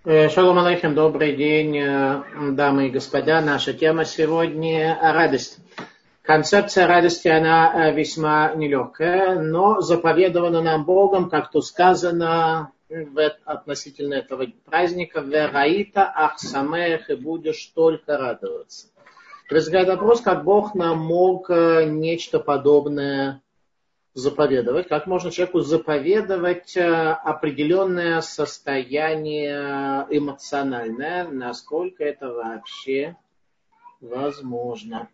Шалом алейхим, добрый день, дамы и господа. Наша тема сегодня – радость. Концепция радости, она весьма нелегкая, но заповедована нам Богом, как тут сказано относительно этого праздника: «Вераита ах самех», и будешь только радоваться. Возникает вопрос, как Бог нам мог нечто подобное заповедовать, как можно человеку заповедовать определенное состояние эмоциональное, насколько это вообще возможно.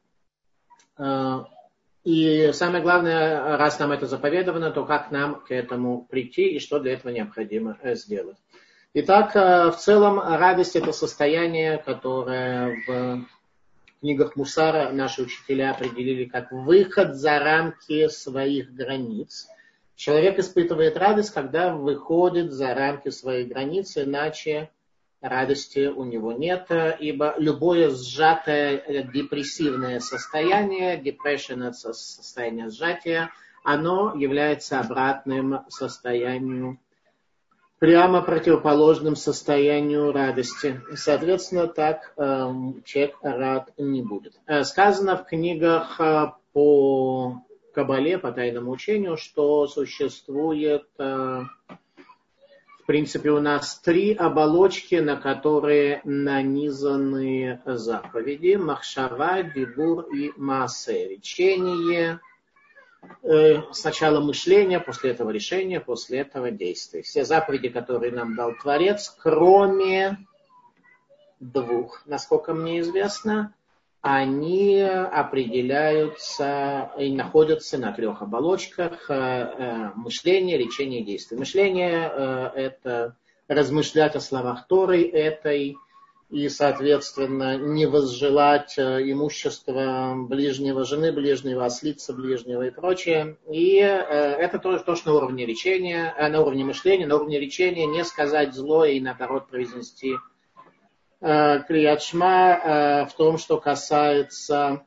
И самое главное, раз нам это заповедовано, то как нам к этому прийти и что для этого необходимо сделать. Итак, в целом радость — это состояние, которое в книгах Мусара наши учителя определили как выход за рамки своих границ. Человек испытывает радость, когда выходит за рамки своих границ, иначе радости у него нет, ибо любое сжатое депрессивное состояние, depression — это состояние сжатия, оно является обратным состоянию, прямо противоположным состоянию радости. Соответственно, так человек рад не будет. Сказано в книгах по Кабале, по тайному учению, что существует, в принципе, у нас 3 оболочки, на которые нанизаны заповеди: махшава, дибур и маасе. Речение, сначала мышление, после этого решение, после этого действие. Все заповеди, которые нам дал Творец, кроме 2, насколько мне известно, они определяются и находятся на 3 оболочках: мышление, речение и действие. Мышление – это размышлять о словах Торы этой, и, соответственно, не возжелать имущества ближнего, жены ближнего, ослица ближнего и прочее. И это тоже то, что на уровне речения, на уровне мышления, на уровне речения не сказать зло и, наоборот, произнести крият шма. В том, что касается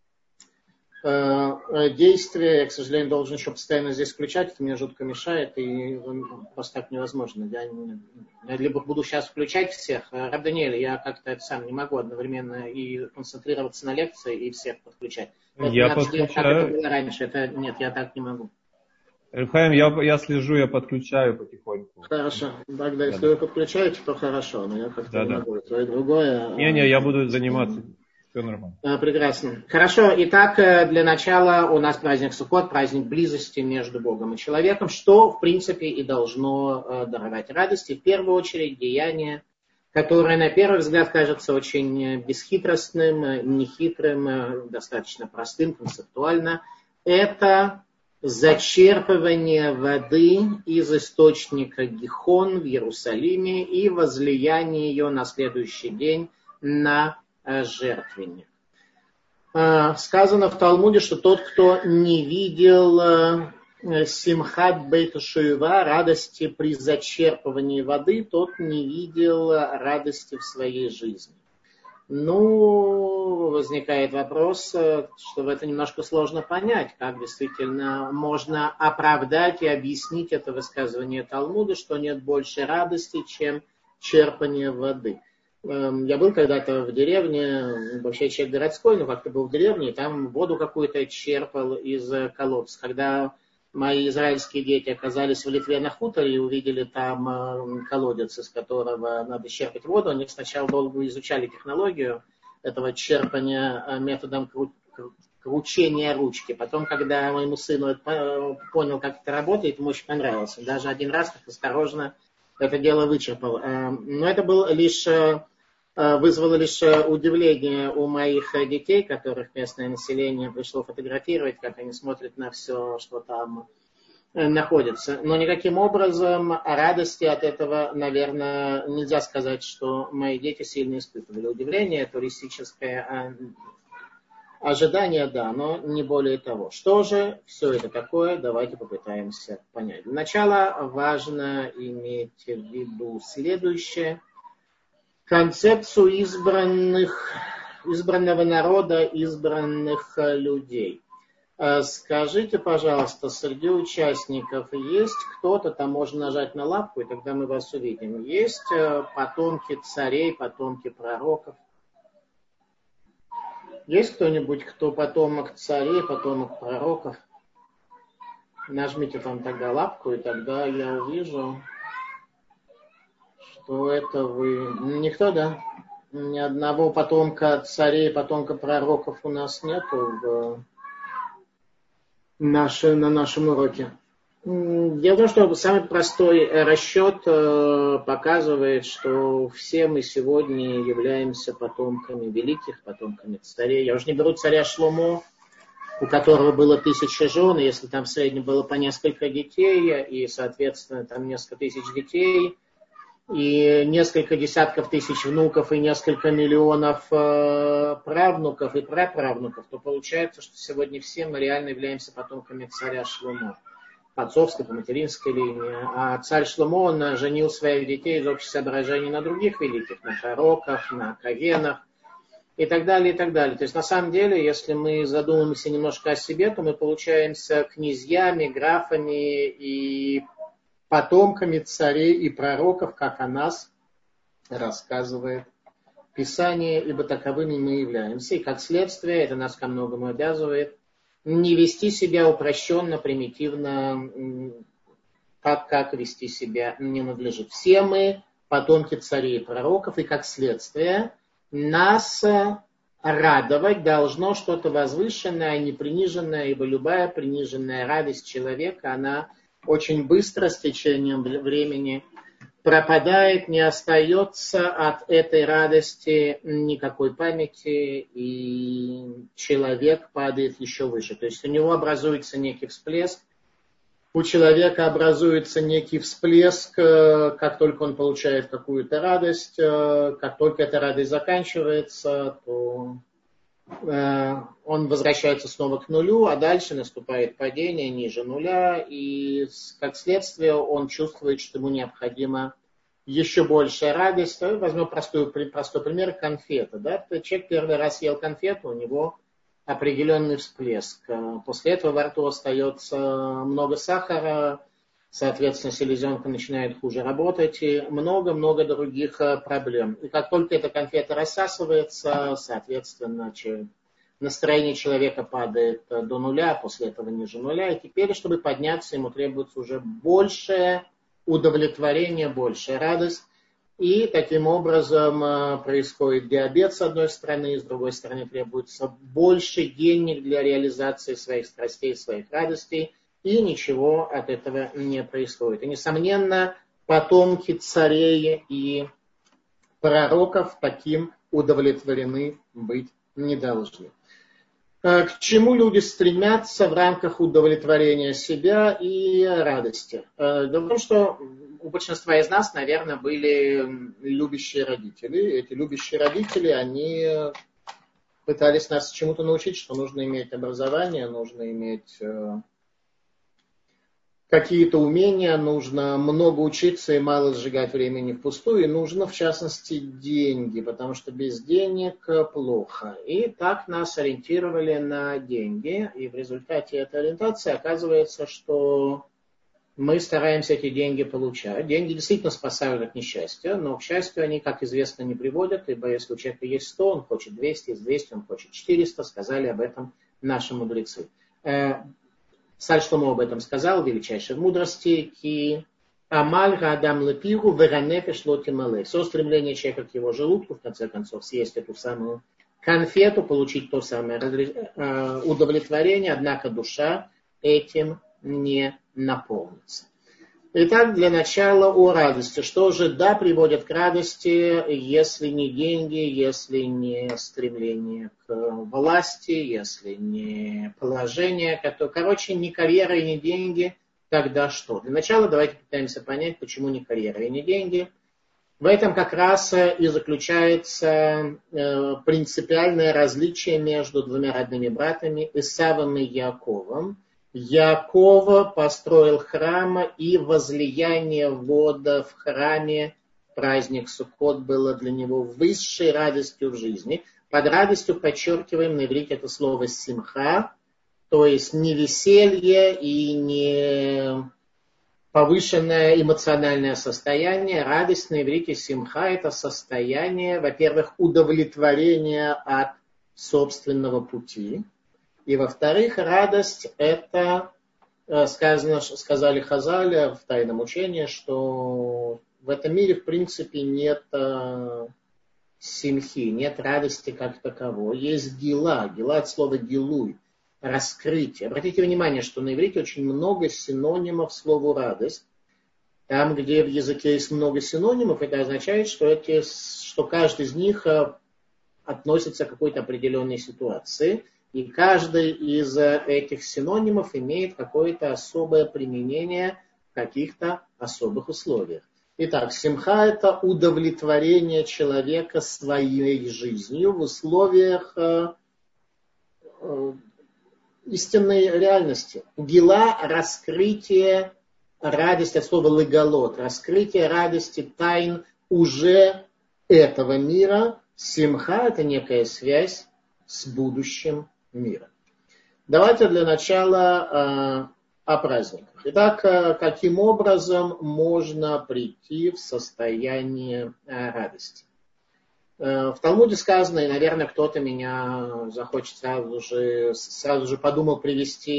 действия, я, к сожалению, должен еще постоянно здесь включать, это мне жутко мешает, и просто так невозможно. Я либо буду сейчас включать всех, Рав Даниэль, я как-то это сам не могу одновременно и концентрироваться на лекции, и всех подключать. Я подключаю. Как это было раньше, нет, я так не могу. Хайм, я слежу, я подключаю потихоньку. Хорошо, тогда если вы подключаете, то хорошо, но я как-то не могу, то и другое. Не, я буду заниматься. Все нормально. Прекрасно. Хорошо. Итак, для начала у нас праздник Суккот, праздник близости между Богом и человеком, что, в принципе, и должно даровать радость. И в первую очередь деяние, которое, на первый взгляд, кажется очень бесхитростным, нехитрым, достаточно простым концептуально. Это зачерпывание воды из источника Гихон в Иерусалиме и возлияние ее на следующий день на жертвенник. Сказано в Талмуде, что тот, кто не видел симхат бейт шуева, радости при зачерпывании воды, тот не видел радости в своей жизни. Возникает вопрос, что в это немножко сложно понять, как действительно можно оправдать и объяснить это высказывание Талмуда, что нет больше радости, чем черпание воды. Я был когда-то в деревне, вообще человек городской, но как-то был в деревне, и там воду какую-то черпал из колодца. Когда мои израильские дети оказались в Литве на хуторе и увидели там колодец, из которого надо черпать воду, они сначала долго изучали технологию этого черпания методом кручения ручки. Потом, когда моему сыну понял, как это работает, ему очень понравилось. Даже один раз так осторожно это дело вычерпал. Но это был вызвало лишь удивление у моих детей, которых местное население пришло фотографировать, как они смотрят на все, что там находится. Но никаким образом радости от этого, наверное, нельзя сказать, что мои дети сильно испытывали. Удивление, туристическое ожидание, да, но не более того. Что же все это такое? Давайте попытаемся понять. Для начала важно иметь в виду следующее. Концепцию избранного народа, избранных людей. Скажите, пожалуйста, среди участников есть кто-то, там можно нажать на лапку, и тогда мы вас увидим. Есть потомки царей, потомки пророков? Есть кто-нибудь, кто потомок царей, потомок пророков? Нажмите там тогда лапку, и тогда я увижу, что это вы. Никто, да? Ни одного потомка царей, потомка пророков у нас нету на нашем уроке. Дело в том, что самый простой расчет показывает, что все мы сегодня являемся потомками великих, потомками царей. Я уже не беру царя Шломо, у которого было 1000 жен, и если там в среднем было по несколько детей, и, соответственно, там несколько тысяч детей, и несколько десятков тысяч внуков, и несколько миллионов правнуков и праправнуков, то получается, что сегодня все мы реально являемся потомками царя Шломо. По отцовской, по материнской линии. А царь Шломо, он женил своих детей из общих соображений на других великих, на пророках, на кагенах и так далее, и так далее. То есть, на самом деле, если мы задумаемся немножко о себе, то мы получаемся князьями, графами и потомками царей и пророков, как о нас рассказывает Писание, ибо таковыми мы являемся. И как следствие, это нас ко многому обязывает, не вести себя упрощенно, примитивно, как вести себя не надлежит. Все мы потомки царей и пророков, и как следствие нас радовать должно что-то возвышенное, не приниженное, ибо любая приниженная радость человека, она очень быстро с течением времени пропадает, не остается от этой радости никакой памяти, и человек падает еще выше. То есть у него образуется некий всплеск, у человека образуется некий всплеск, как только он получает какую-то радость, как только эта радость заканчивается, то он возвращается снова к нулю, а дальше наступает падение ниже нуля, и как следствие он чувствует, что ему необходима еще большая радость. Возьмем простой пример, конфета. Да? Человек первый раз ел конфету, у него определенный всплеск. После этого во рту остается много сахара, соответственно, селезенка начинает хуже работать, и много-много других проблем. И как только эта конфета рассасывается, соответственно, настроение человека падает до нуля, после этого ниже нуля. И теперь, чтобы подняться, ему требуется уже большее удовлетворение, большая радость. И таким образом происходит диабет с одной стороны, с другой стороны требуется больше денег для реализации своих страстей, своих радостей. И ничего от этого не происходит. И, несомненно, потомки царей и пророков таким удовлетворены быть не должны. К чему люди стремятся в рамках удовлетворения себя и радости? Дело в том, что у большинства из нас, наверное, были любящие родители. Эти любящие родители, они пытались нас чему-то научить, что нужно иметь образование, нужно иметь какие-то умения, нужно много учиться и мало сжигать времени впустую, и нужно, в частности, деньги, потому что без денег плохо. И так нас ориентировали на деньги, и в результате этой ориентации оказывается, что мы стараемся эти деньги получать. Деньги действительно спасают от несчастья, но, к счастью, они, как известно, не приводят, ибо если у человека есть 100, он хочет 200, из 200 он хочет 400, сказали об этом наши мудрецы. Царь Шломо об этом сказал, величайшей мудрости, ки амаль гадам лепиру веранефеш лотимале. Все стремление человека к его желудку, в конце концов, съесть эту самую конфету, получить то самое удовлетворение, однако душа этим не наполнится. Итак, для начала о радости. Что же, да, приводит к радости, если не деньги, если не стремление к власти, если не положение, короче, не карьера и не деньги, тогда что? Для начала давайте попытаемся понять, почему не карьера и не деньги. В этом как раз и заключается принципиальное различие между двумя родными братьями, Исавом и Яаковом. Яаков построил храм, и возлияние вода в храме, праздник Суккот, было для него высшей радостью в жизни. Под радостью подчеркиваем на иврите это слово симха, То есть не веселье и не повышенное эмоциональное состояние. Радость на иврите симха – это состояние, во-первых, удовлетворения от собственного пути. И, во-вторых, радость – это, сказали Хазали в тайном учении, что в этом мире, в принципе, нет симхи, нет радости как таковой. Есть гила. Гила от слова гилуй. Раскрытие. Обратите внимание, что на иврите очень много синонимов слову радость. Там, где в языке есть много синонимов, это означает, что каждый из них относится к какой-то определенной ситуации. И каждый из этих синонимов имеет какое-то особое применение в каких-то особых условиях. Итак, симха – это удовлетворение человека своей жизнью в условиях истинной реальности. Гила – раскрытие радости, от слова легалот, раскрытие радости тайн уже этого мира. Симха – это некая связь с будущим миром. Давайте для начала о праздниках. Итак, каким образом можно прийти в состояние радости? В Талмуде сказано, и, наверное, кто-то меня захочет сразу же подумал привести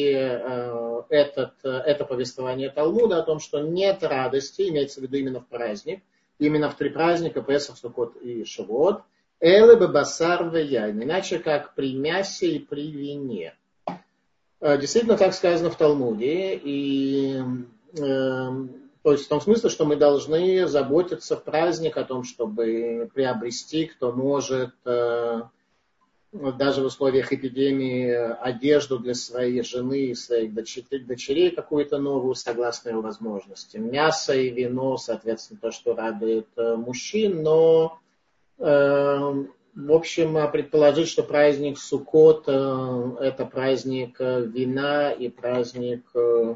это повествование Талмуда о том, что нет радости, имеется в виду именно в праздник, именно в три праздника, Песах, Суккот и Шавуот, эле бебасар веяйн, иначе как при мясе и при вине. Действительно, так сказано в Талмуде, и то есть в том смысле, что мы должны заботиться в праздник о том, чтобы приобрести, кто может, даже в условиях эпидемии, одежду для своей жены и своих дочерей какую-то новую, согласно его возможностям. Мясо и вино, соответственно, то, что радует мужчин, но, в общем, предположить, что праздник Суккот – это праздник вина и праздник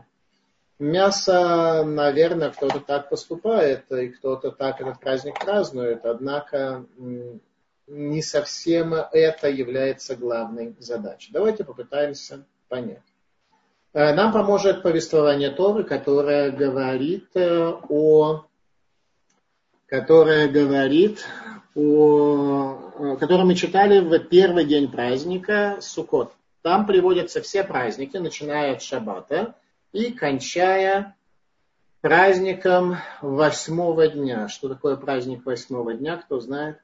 мясо, наверное, кто-то так поступает, и кто-то так этот праздник празднует, однако не совсем это является главной задачей. Давайте попытаемся понять. Нам поможет повествование Торы, которое говорит о которое мы читали в первый день праздника Суккот. Там приводятся все праздники, начиная от Шаббата и кончая праздником 8-го дня. Что такое праздник 8-го дня, кто знает?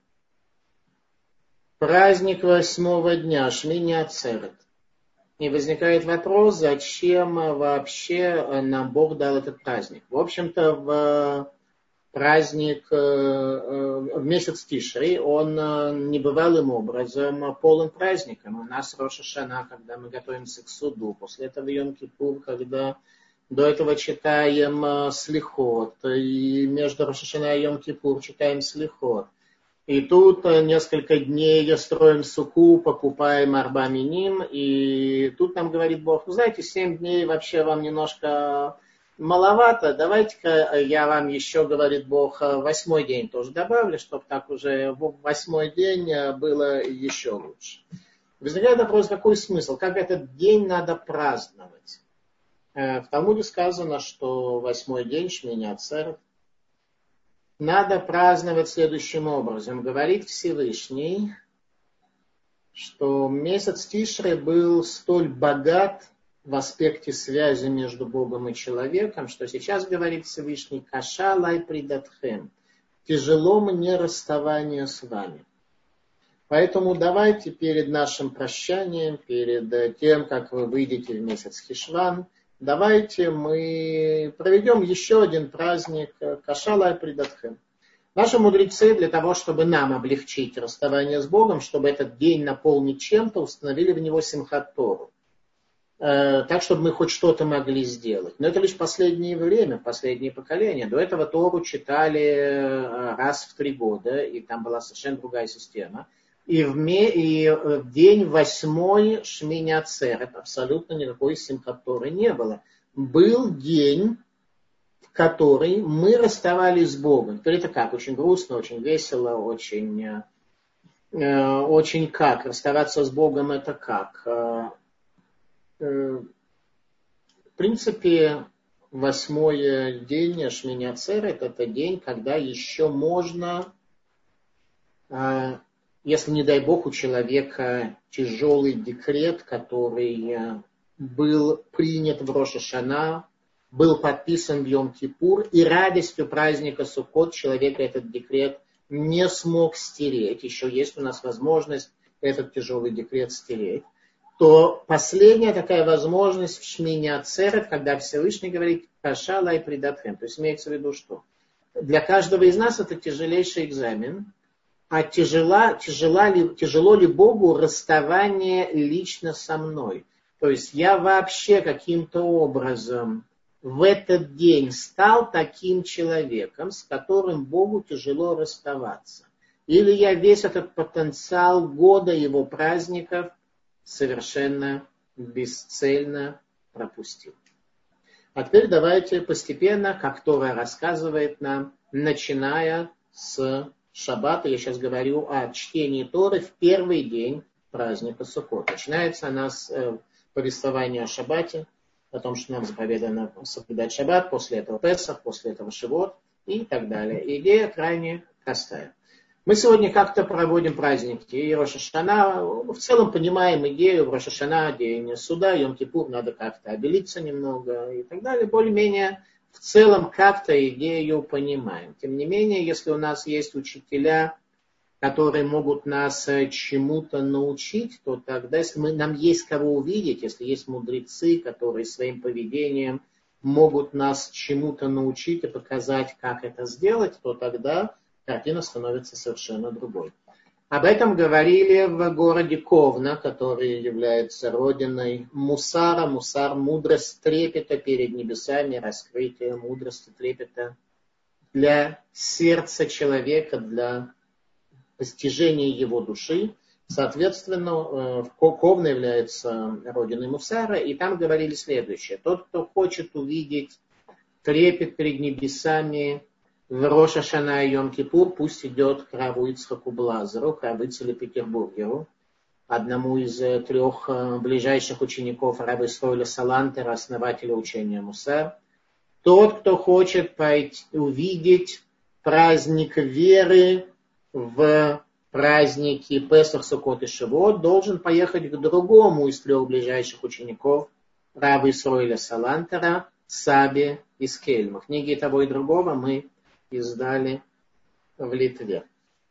Праздник 8-го дня, Шмини Ацерет. И возникает вопрос, зачем вообще нам Бог дал этот праздник. В общем-то, в месяц Тишри, он небывалым образом полон праздником. У нас Рош ха-Шана, когда мы готовимся к суду, после этого Йом-Кипур, когда до этого читаем Слихот, и между Рош ха-Шана и Йом-Кипур читаем Слихот. И тут несколько дней строим суку, покупаем арба миним, и тут нам говорит Бог, знаете, 7 дней вообще вам немножко маловато, давайте-ка я вам еще, говорит Бог, 8-й день тоже добавлю, чтобы так уже в 8-й день было еще лучше. Возникает вопрос, какой смысл, как этот день надо праздновать? В Талмуде сказано, что 8-й день, Шмини Ацерет, надо праздновать следующим образом. Говорит Всевышний, что месяц Тишри был столь богат в аспекте связи между Богом и человеком, что сейчас говорит Всевышний, каша лай придатхем, тяжело мне расставание с вами. Поэтому давайте перед нашим прощанием, перед тем, как вы выйдете в месяц Хишван, давайте мы проведем еще один праздник каша лай придатхем. Наши мудрецы для того, чтобы нам облегчить расставание с Богом, чтобы этот день наполнить чем-то, установили в него Симхат Тору. Так, чтобы мы хоть что-то могли сделать. Но это лишь последнее время, последнее поколение. До этого Тору читали раз в 3 года, и там была совершенно другая система. И в день 8-й Шмини Ацерет абсолютно никакой Симхат Торы не было. Был день, в который мы расставались с Богом. Теперь это как? Очень грустно, очень весело, очень как? Расставаться с Богом это как? в принципе, 8-й день Шмини Ацерет — это день, когда еще можно, если, не дай бог, у человека тяжелый декрет, который был принят в Рош ха-Шана, был подписан в Йом-Кипур, и радостью праздника Суккот человек этот декрет не смог стереть. Еще есть у нас возможность этот тяжелый декрет стереть. То последняя такая возможность в Шмини Ацерет, когда Всевышний говорит «Кашала и предатхем». То есть имеется в виду, что для каждого из нас это тяжелейший экзамен, а тяжело ли Богу расставание лично со мной? То есть я вообще каким-то образом в этот день стал таким человеком, с которым Богу тяжело расставаться. Или я весь этот потенциал года его праздников совершенно бесцельно пропустил. А теперь давайте постепенно, как Тора рассказывает нам, начиная с Шаббата, я сейчас говорю о чтении Торы в первый день праздника Суккот. Начинается она с повествования о Шаббате, о том, что нам заповедано соблюдать Шаббат, после этого Песах, после этого Шивот и так далее. Идея крайне простая. Мы сегодня как-то проводим праздники и Рош ха-Шана, в целом понимаем идею, в Рош ха-Шана день суда, Йом-Кипур надо как-то обелиться немного и так далее. Более-менее в целом как-то идею понимаем. Тем не менее, если у нас есть учителя, которые могут нас чему-то научить, то тогда, если нам есть кого увидеть, если есть мудрецы, которые своим поведением могут нас чему-то научить и показать, как это сделать, то тогда картина становится совершенно другой. Об этом говорили в городе Ковна, который является родиной Мусара. Мусар — мудрость трепета перед небесами, раскрытие мудрости трепета для сердца человека, для постижения его души. Соответственно, Ковна является родиной Мусара, и там говорили следующее. Тот, кто хочет увидеть трепет перед небесами в Рош ха-Шана и Йом-Кипур, пусть идет к раву Ицхаку Блазеру, к раву Ицхаку Петербургеру, одному из 3 ближайших учеников раба Исроэля Салантера, основателя учения Мусар. Тот, кто хочет увидеть праздник веры в праздники Песах, Суккот и Шивот, должен поехать к другому из 3 ближайших учеников раба Исроэля Салантера, Саби из Кельма. Книги того и другого мы издали в Литве.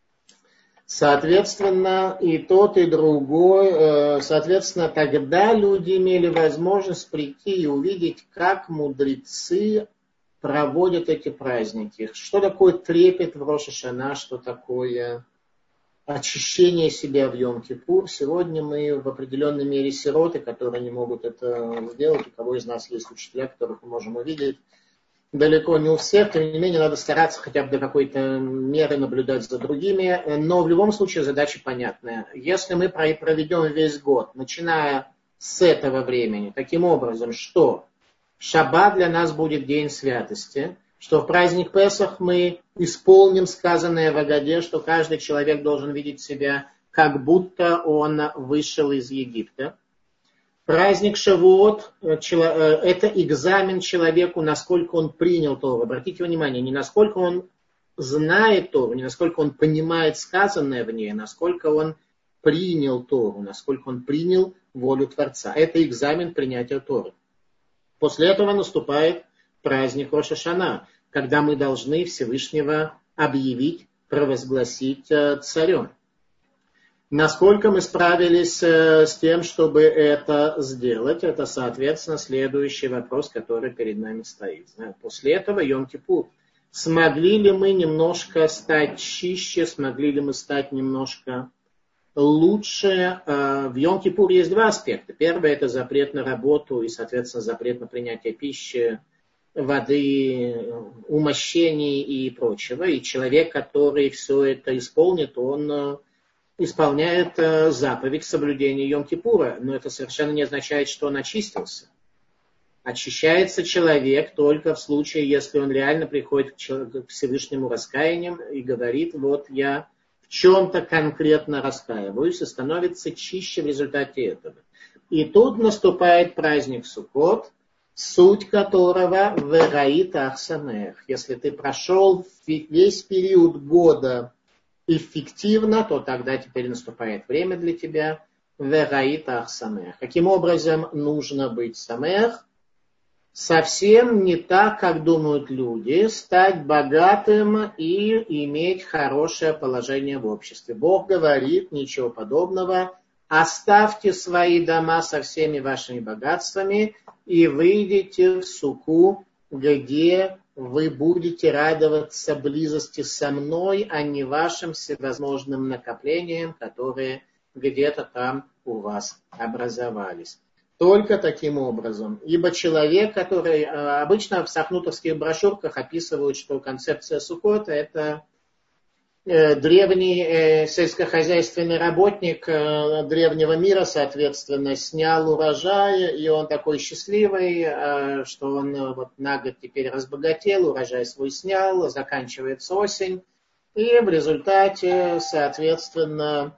Соответственно, и тот, и другой, соответственно, тогда люди имели возможность прийти и увидеть, как мудрецы проводят эти праздники. Что такое трепет в Рош ха-Шана, что такое очищение себя в Йом-Кипур. Сегодня мы в определенной мере сироты, которые не могут это сделать. У кого из нас есть учителя, которых мы можем увидеть. Далеко не у всех, тем не менее, надо стараться хотя бы до какой-то меры наблюдать за другими. Но в любом случае задача понятная. Если мы проведем весь год, начиная с этого времени, таким образом, что Шаббат для нас будет день святости, что в праздник Песах мы исполним сказанное в Агаде, что каждый человек должен видеть себя, как будто он вышел из Египта. Праздник Шавуот – это экзамен человеку, насколько он принял Тору. Обратите внимание, не насколько он знает Тору, не насколько он понимает сказанное в ней, а насколько он принял Тору, насколько он принял волю Творца. Это экзамен принятия Торы. После этого наступает праздник Рош ха-Шана, когда мы должны Всевышнего объявить, провозгласить царем. Насколько мы справились с тем, чтобы это сделать, это, соответственно, следующий вопрос, который перед нами стоит. После этого Йом-Кипур. Смогли ли мы немножко стать чище, смогли ли мы стать немножко лучше? В Йом-Кипур есть 2 аспекта. Первый – это запрет на работу и, соответственно, запрет на принятие пищи, воды, умощений и прочего. И человек, который все это исполнит, он исполняет заповедь соблюдения Йом-Кипура, но это совершенно не означает, что он очистился. Очищается человек только в случае, если он реально приходит к Всевышнему раскаянием и говорит, вот я в чем-то конкретно раскаиваюсь, и становится чище в результате этого. И тут наступает праздник Суккот, суть которого вераит ахсамех. Если ты прошел весь период года эффективно, то тогда теперь наступает время для тебя вераит ахсамех. Каким образом нужно быть самех? Совсем не так, как думают люди, стать богатым и иметь хорошее положение в обществе. Бог говорит, ничего подобного. Оставьте свои дома со всеми вашими богатствами и выйдите в суку, где вы будете радоваться близости со мной, а не вашим всевозможным накоплениям, которые где-то там у вас образовались. Только таким образом. Ибо человек, который обычно в сахнутовских брошюрках описывают, что концепция Суккота – это древний сельскохозяйственный работник древнего мира, соответственно, снял урожай, и он такой счастливый, что он вот на год теперь разбогател, урожай свой снял, заканчивается осень, и в результате, соответственно,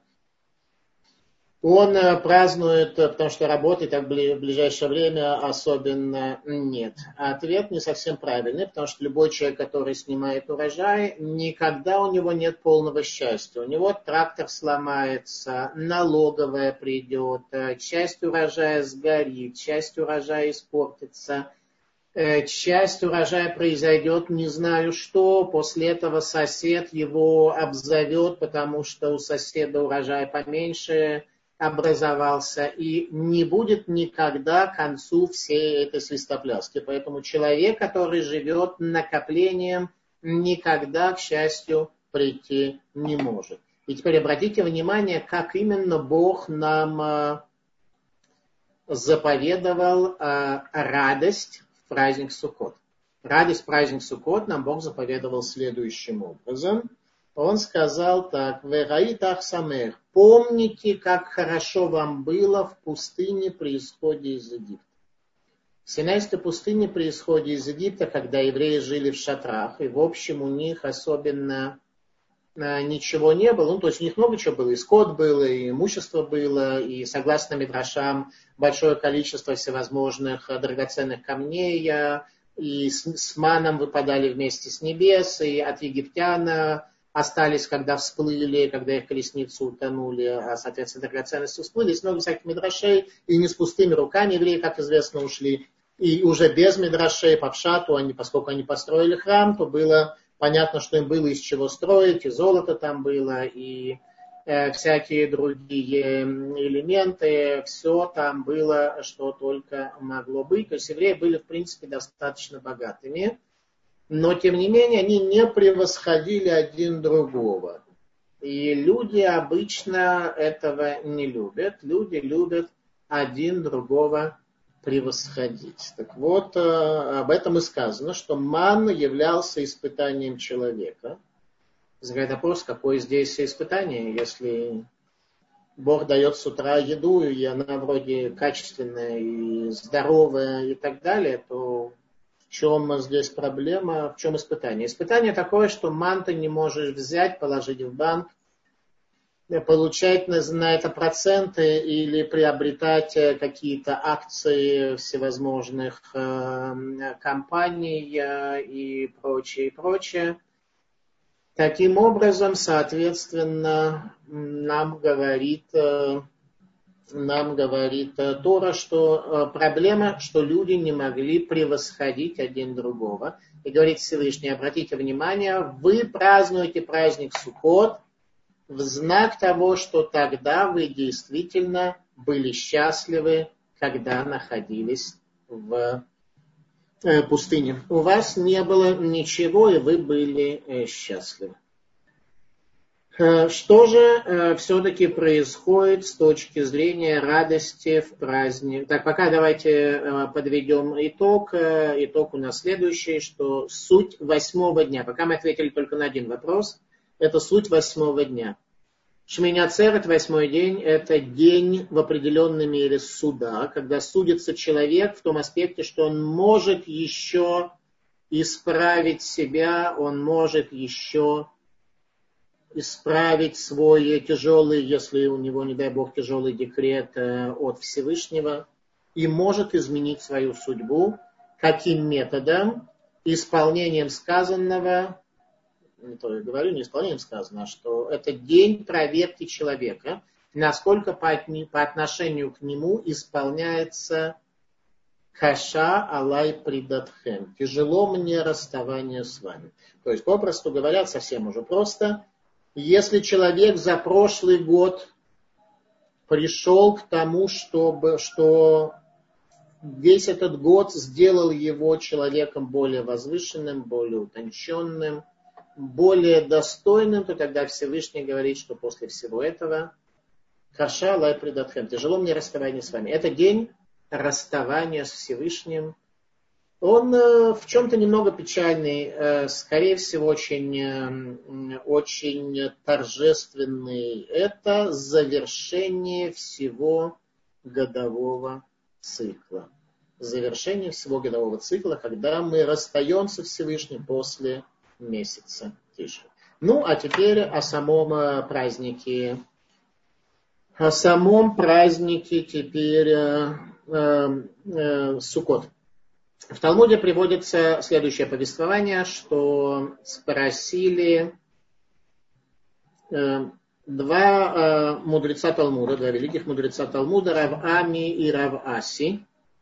он празднует, потому что работы так в ближайшее время особенно нет. Ответ не совсем правильный, потому что любой человек, который снимает урожай, никогда у него нет полного счастья. У него трактор сломается, налоговая придет, часть урожая сгорит, часть урожая испортится, часть урожая произойдет не знаю что, после этого сосед его обзовет, потому что у соседа урожай поменьше образовался, и не будет никогда к концу всей этой свистопляски. Поэтому человек, который живет накоплением, никогда к счастью прийти не может. И теперь обратите внимание, как именно Бог нам заповедовал радость в праздник Суккот. Радость в праздник Суккот нам Бог заповедовал следующим образом. Он сказал так: «Вераит ахсамех». Помните, как хорошо вам было в пустыне при исходе из Египта. В Синайской пустыне при исходе из Египта, когда евреи жили в шатрах, и в общем у них особенно ничего не было, ну то есть у них много чего было, и скот был, и имущество было, и согласно мидрашам большое количество всевозможных драгоценных камней, и с маном выпадали вместе с небес, и от египтян остались, когда всплыли, когда их колесницы утонули, а, соответственно, драгоценности всплыли. Есть много всяких мидрашей, и не с пустыми руками евреи, как известно, ушли. И уже без мидрашей, по пшату, поскольку они построили храм, то было понятно, что им было из чего строить, и золото там было, и всякие другие элементы, все там было, что только могло быть. То есть евреи были, в принципе, достаточно богатыми. Но, тем не менее, они не превосходили один другого. И люди обычно этого не любят. Люди любят один другого превосходить. Так вот, об этом и сказано, что ман являлся испытанием человека. Задает вопрос, какое здесь испытание, если Бог дает с утра еду, и она вроде качественная и здоровая и так далее, то в чем здесь проблема, в чем испытание? Испытание такое, что ман ты не можешь взять, положить в банк, получать на это проценты или приобретать какие-то акции всевозможных компаний и прочее, прочее. Таким образом, соответственно, нам говорит Тора, что проблема, что люди не могли превосходить один другого. И говорит Всевышний, обратите внимание, вы празднуете праздник Суккот в знак того, что тогда вы действительно были счастливы, когда находились в пустыне. У вас не было ничего, и вы были счастливы. Что же все-таки происходит с точки зрения радости в праздник? Так, пока давайте подведем итог. Итог у нас следующий, что суть 8-го дня. Пока мы ответили только на один вопрос. Это суть 8-го дня. Шмини Ацерет, 8-й день, это день в определенной мере суда, когда судится человек в том аспекте, что он может еще исправить себя, он может еще исправить свой тяжелый, если у него, не дай Бог, тяжелый декрет от Всевышнего, и может изменить свою судьбу. Каким методом? Исполнением сказанного, не то я говорю, не исполнением сказанного, что это день проверки человека, насколько по отношению к нему исполняется каша алай придатхем. Тяжело мне расставание с вами. То есть, попросту говоря, совсем уже просто, если человек за прошлый год пришел к тому, что весь этот год сделал его человеком более возвышенным, более утонченным, более достойным, то тогда Всевышний говорит, что после всего этого каша лай придатхем. Тяжело мне расставание с вами. Это день расставания с Всевышним. Он в чем-то немного печальный, скорее всего, очень торжественный. Это завершение всего годового цикла. Завершение всего годового цикла, когда мы расстаемся с Всевышним после месяца Тишри. Ну, а теперь о самом празднике. О самом празднике теперь Суккот. В Талмуде приводится следующее повествование, что спросили два мудреца Талмуда, два великих мудреца Талмуда, Рав Ами и Рав Аси,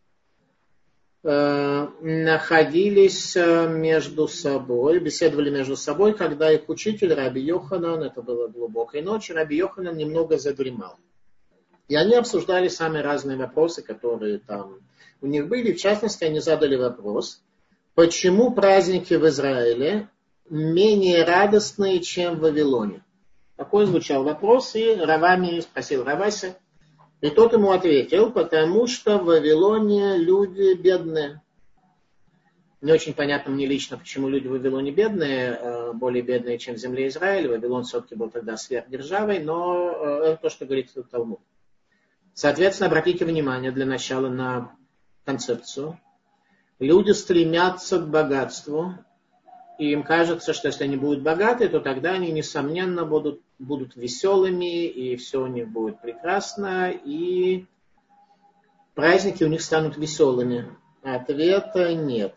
находились между собой, беседовали между собой, когда их учитель Раби Йоханан, это было глубокой ночью, Раби Йоханан немного задремал. И они обсуждали самые разные вопросы, которые там у них были. В частности, они задали вопрос, почему праздники в Израиле менее радостные, чем в Вавилоне. Такой звучал вопрос, и Рав Ами спросил Рав Аси, и тот ему ответил, потому что в Вавилоне люди бедные. Не очень понятно мне лично, почему люди в Вавилоне бедные, более бедные, чем в земле Израиля. Вавилон все-таки был тогда сверхдержавой, но это то, что говорит Талмуд. Соответственно, обратите внимание для начала на концепцию. Люди стремятся к богатству, и им кажется, что если они будут богаты, то тогда они, несомненно, будут веселыми, и все у них будет прекрасно, и праздники у них станут веселыми. Ответ нет.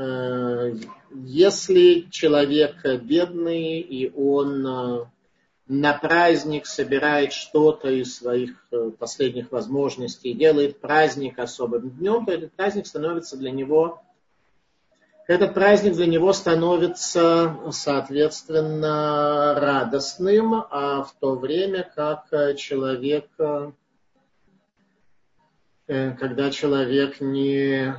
Если человек бедный, и он на праздник собирает что-то из своих последних возможностей, делает праздник особым днем, то этот праздник становится соответственно, радостным, а в то время как когда человек не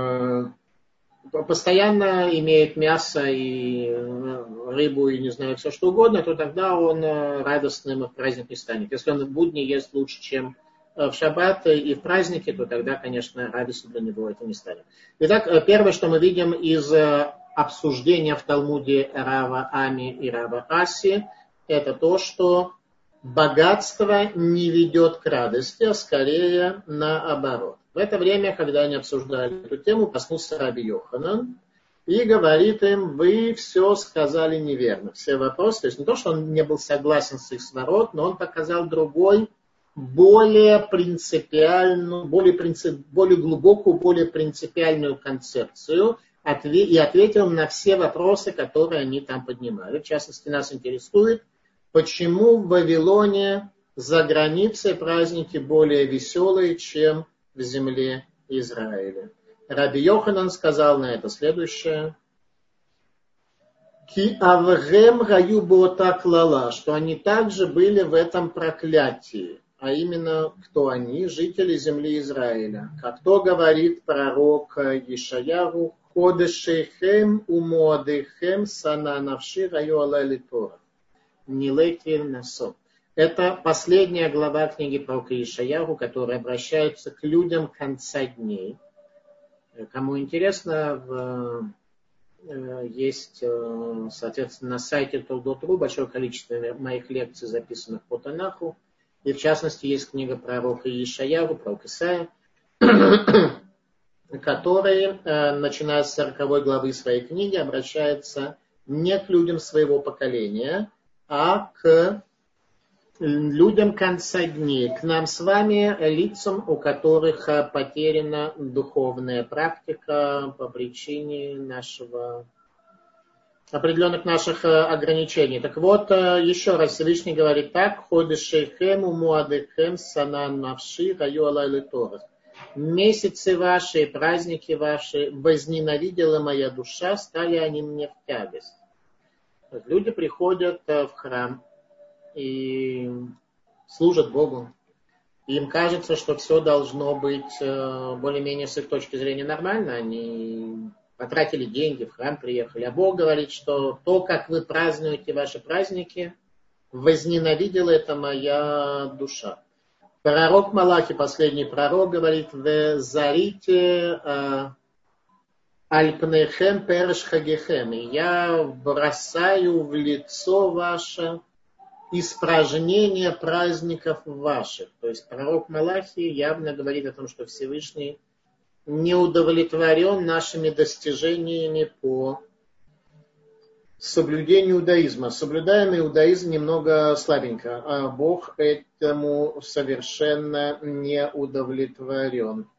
постоянно имеет мясо и рыбу и не знаю, все что угодно, то тогда он радостным в праздник не станет. Если он в будни ест лучше, чем в шаббат и в праздники, то тогда, конечно, радостью для него это не станет. Итак, первое, что мы видим из обсуждения в Талмуде Рава Ами и Рава Аси, это то, что богатство не ведет к радости, а скорее наоборот. В это время, когда они обсуждали эту тему, проснулся Раби Йоханан и говорит им, вы все сказали неверно. Все вопросы, то есть не то, что он не был согласен с их сворот, но он показал другой, более принципиальную, более глубокую, более принципиальную концепцию и ответил на все вопросы, которые они там поднимали. В частности, нас интересует, почему в Вавилоне за границей праздники более веселые, чем в земле Израиля. Раби Йоханан сказал на это следующее. Ки авгем гаю бота клала, что они также были в этом проклятии. А именно, кто они? Жители земли Израиля. Как то говорит пророк Ишаяху, ходешейхем умуадейхем сана навши гаю алали Тора. Нилейти насо. Это последняя глава книги пророка Ишаяху, которая обращается к людям конца дней. Кому интересно, есть, соответственно, на сайте Толдот.ру большое количество моих лекций, записанных по Танаху. И в частности, есть книга пророка Ишаяху, пророк Исаия, который, начиная с 40 главы своей книги, обращается не к людям своего поколения, а к людям конца дней, к нам с вами, лицам, у которых потеряна духовная практика по причине определенных наших ограничений. Так вот, еще раз Всевышний говорит так: «Ходешейхем умуадехем санан навши раю алайлы торах». Месяцы ваши, праздники ваши возненавидела моя душа, стали они мне в тягость. Люди приходят в храм и служат Богу. Им кажется, что все должно быть более-менее с их точки зрения нормально. Они потратили деньги, в храм приехали. А Бог говорит, что то, как вы празднуете ваши праздники, возненавидела это моя душа. Пророк Малахи, последний пророк, говорит: «Ве зарите альпнехем переш хагехем». И я бросаю в лицо ваше испражнение праздников ваших. То есть пророк Малахи явно говорит о том, что Всевышний не удовлетворен нашими достижениями по соблюдению иудаизма. Соблюдаемый иудаизм немного слабенько, а Бог этому совершенно не удовлетворен.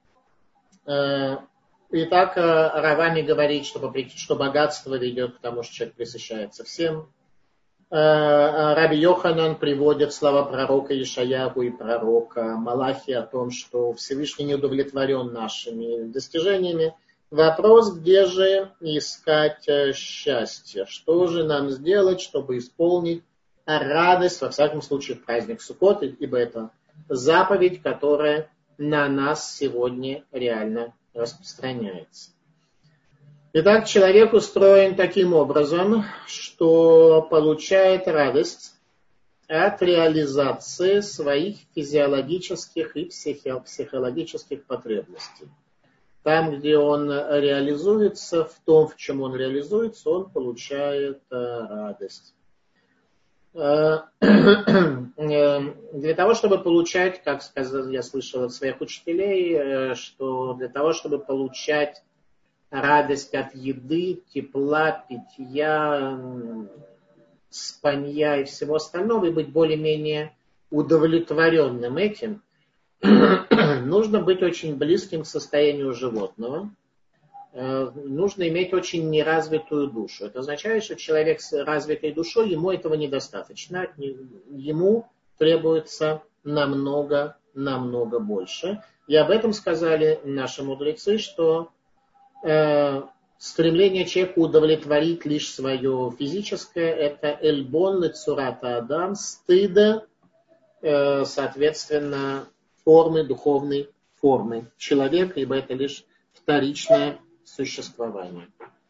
Итак, Равами говорит, что богатство ведет к тому, что человек пресыщается всем. Раби Йоханан приводит слова пророка Ишаяху и пророка Малахи о том, что Всевышний не удовлетворен нашими достижениями. Вопрос, где же искать счастье? Что же нам сделать, чтобы исполнить радость, во всяком случае, в праздник Суккот, ибо это заповедь, которая на нас сегодня реально распространяется. Итак, человек устроен таким образом, что получает радость от реализации своих физиологических и психологических потребностей. Там, где он реализуется, в том, в чем он реализуется, он получает радость. Для того, чтобы получать, как сказал, я слышал от своих учителей, что для того, чтобы получать радость от еды, тепла, питья, спанья и всего остального, и быть более-менее удовлетворенным этим, нужно быть очень близким к состоянию животного. Нужно иметь очень неразвитую душу. Это означает, что человек с развитой душой, ему этого недостаточно. Ему требуется намного больше. И об этом сказали наши мудрецы, что стремление человека удовлетворить лишь свое физическое, это эльбон лецурата адам, стыда, соответственно, формы, духовной формы человека, ибо это лишь вторичное существование.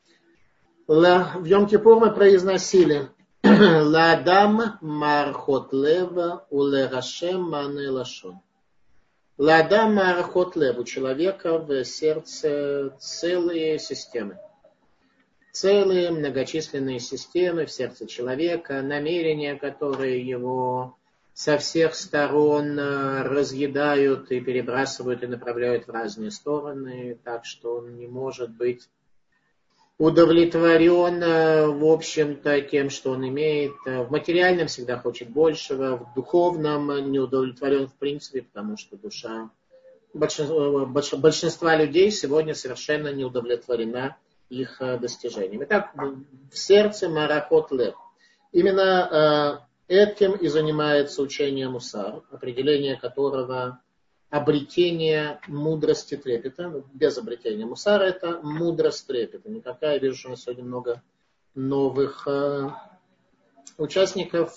В Йом-Кипур мы произносили: «Ладам мархот лева улерашем мане лашон». Ладам мархот лев, у человека в сердце целые системы. Целые многочисленные системы в сердце человека, намерения, которые его со всех сторон разъедают и перебрасывают и направляют в разные стороны, так что он не может быть удовлетворен, в общем-то, тем, что он имеет. В материальном всегда хочет большего, в духовном не удовлетворен в принципе, потому что душа большинства людей сегодня совершенно не удовлетворена их достижениями. Итак, в сердце марахот лев. Именно этим и занимается учение Мусар, определение которого обретение мудрости трепета. Без обретения Мусара это мудрость трепета. Никакая, я вижу, что у нас сегодня много новых участников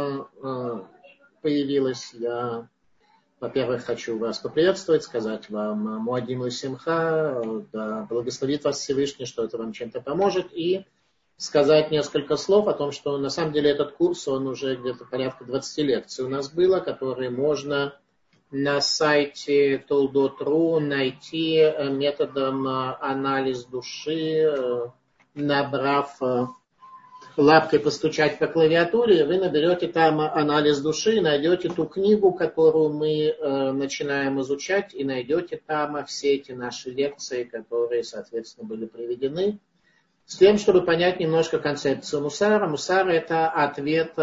появилось. Я, во-первых, хочу вас поприветствовать, сказать вам Муадим Лесимха, да благословит вас Всевышний, что это вам чем-то поможет, и сказать несколько слов о том, что на самом деле этот курс, он уже где-то порядка 20 лекций у нас было, которые можно на сайте Толдот.ру найти методом анализ души, набрав лапкой постучать по клавиатуре, вы наберете там анализ души, найдете ту книгу, которую мы начинаем изучать, и найдете там все эти наши лекции, которые, соответственно, были приведены. с тем, чтобы понять немножко концепцию мусара. Мусар – это ответ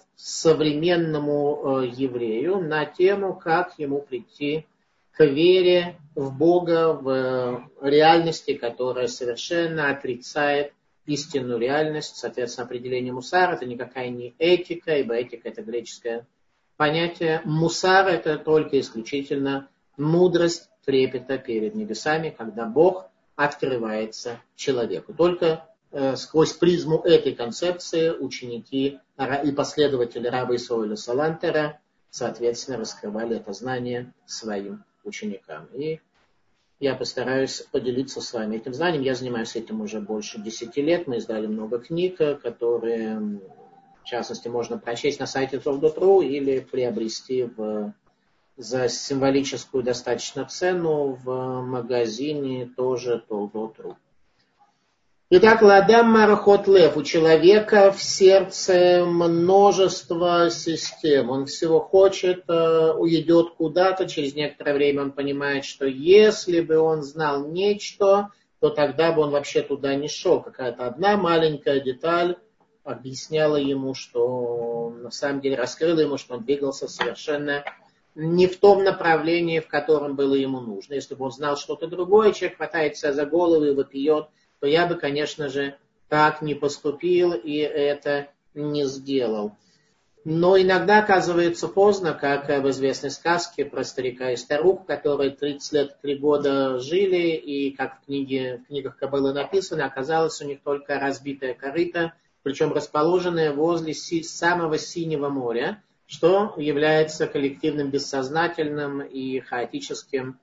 современному еврею на тему, как ему прийти к вере в Бога, в реальности, которая совершенно отрицает истинную реальность. Соответственно, определение мусара – это никакая не этика, ибо этика – это греческое понятие. Мусар – это только исключительно мудрость трепета перед небесами, когда Бог открывается человеку. Только сквозь призму этой концепции ученики и последователи раба Исроэля Салантера, соответственно, раскрывали это знание своим ученикам. И я постараюсь поделиться с вами этим знанием. Я занимаюсь этим уже больше 10 лет. Мы издали много книг, которые, в частности, можно прочесть на сайте Torah.ru или приобрести за символическую достаточно цену в магазине тоже Torah.ru. Итак, ладам марахот лев, у человека в сердце множество систем. Он всего хочет, уйдет куда-то, через некоторое время он понимает, что если бы он знал нечто, то тогда бы он вообще туда не шел. Какая-то одна маленькая деталь объясняла ему, что на самом деле раскрыла ему, что он двигался совершенно не в том направлении, в котором было ему нужно. Если бы он знал что-то другое, человек хватается за голову и вопиет, то я бы, конечно же, так не поступил и это не сделал. Но иногда оказывается поздно, как в известной сказке про старика и старуху, которые 30 лет, 3 года жили, и как в книгах Каббалы написано, оказалось у них только разбитое корыто, причем расположенное возле самого синего моря, что является коллективным бессознательным и хаотическим,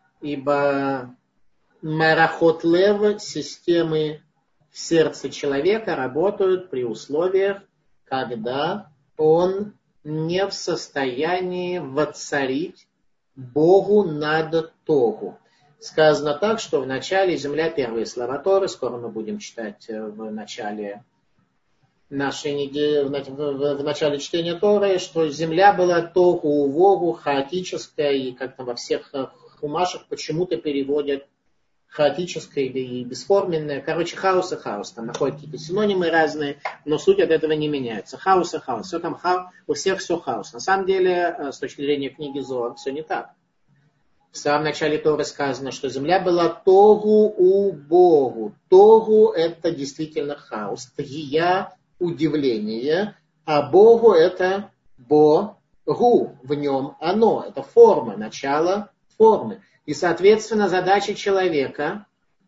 ибо марахот лев, системы в сердце человека работают при условиях, когда он не в состоянии воцарить Богу над Тогу. Сказано так, что в начале земля, первые слова Торы, скоро мы будем читать в начале нашей недели, в начале чтения Торы, что земля была тогу-вогу, хаотическая, и как-то во всех хумашах почему-то переводят хаотическое или бесформенное. Короче, хаос и хаос. Там находят какие-то синонимы разные, но суть от этого не меняется. Хаос и хаос. Все там у всех все хаос. На самом деле, с точки зрения книги Зоар, все не так. В самом начале Торы сказано, что земля была тогу у Богу. Тогу это действительно хаос. Тгия – удивление, а Богу это Богу. В нем оно. Это форма, начало формы. И, соответственно, задача человека,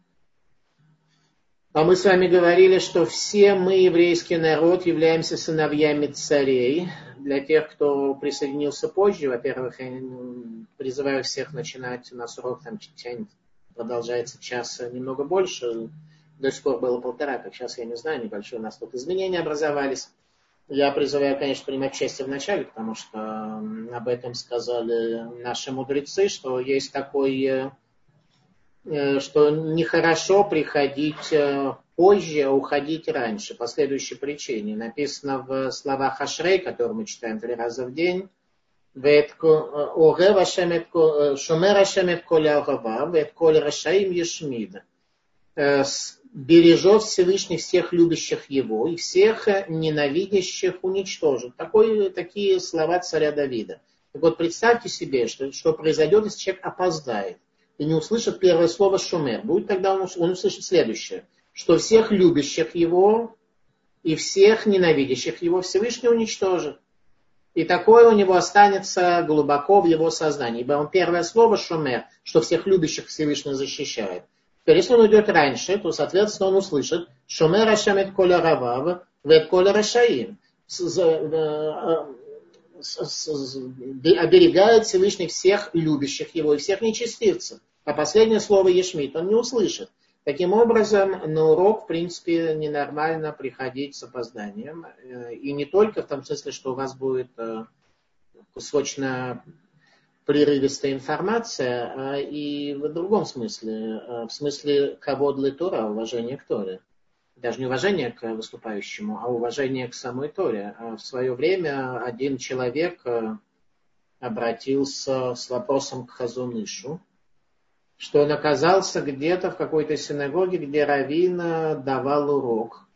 а мы с вами говорили, что все мы, еврейский народ, являемся сыновьями царей. Для тех, кто присоединился позже, во-первых, я призываю всех начинать, у нас урок там продолжается час немного больше, до сих пор было 1,5, как сейчас я не знаю, небольшие у нас тут изменения образовались. Я призываю, конечно, принимать участие в начале, потому что об этом сказали наши мудрецы, что есть такой, что нехорошо приходить позже, а уходить раньше, по следующей причине. Написано в словах Ашрей, которые мы читаем 3 раза в день, «Шомер Ашем эт коль агава, вэт коль рашаим ешмид». Бережет Всевышний всех любящих его и всех ненавидящих уничтожит. Такие слова царя Давида. Так вот, представьте себе, что произойдет, если человек опоздает и не услышит первое слово «шумер». Будет тогда он услышит следующее, что всех любящих его и всех ненавидящих его Всевышний уничтожит. И такое у него останется глубоко в его сознании. Ибо он первое слово «шумер», что всех любящих Всевышний защищает. Теперь, если он уйдет раньше, то, соответственно, он услышит «Шомер Ашем эт коль аравав, вэт коль рашаим». Оберегает Всевышний всех любящих его и всех нечестивцев. А последнее слово «ешмит» он не услышит. Таким образом, на урок, в принципе, ненормально приходить с опозданием. И не только в том смысле, что у вас будет кусочная прерывистая информация, а и в другом смысле. В смысле кавод ле Тора, уважение к Торе. Даже не уважение к выступающему, а уважение к самой Торе. В свое время один человек обратился с вопросом к Хазон Ишу. что он оказался где-то в какой-то синагоге, где раввин давал урок.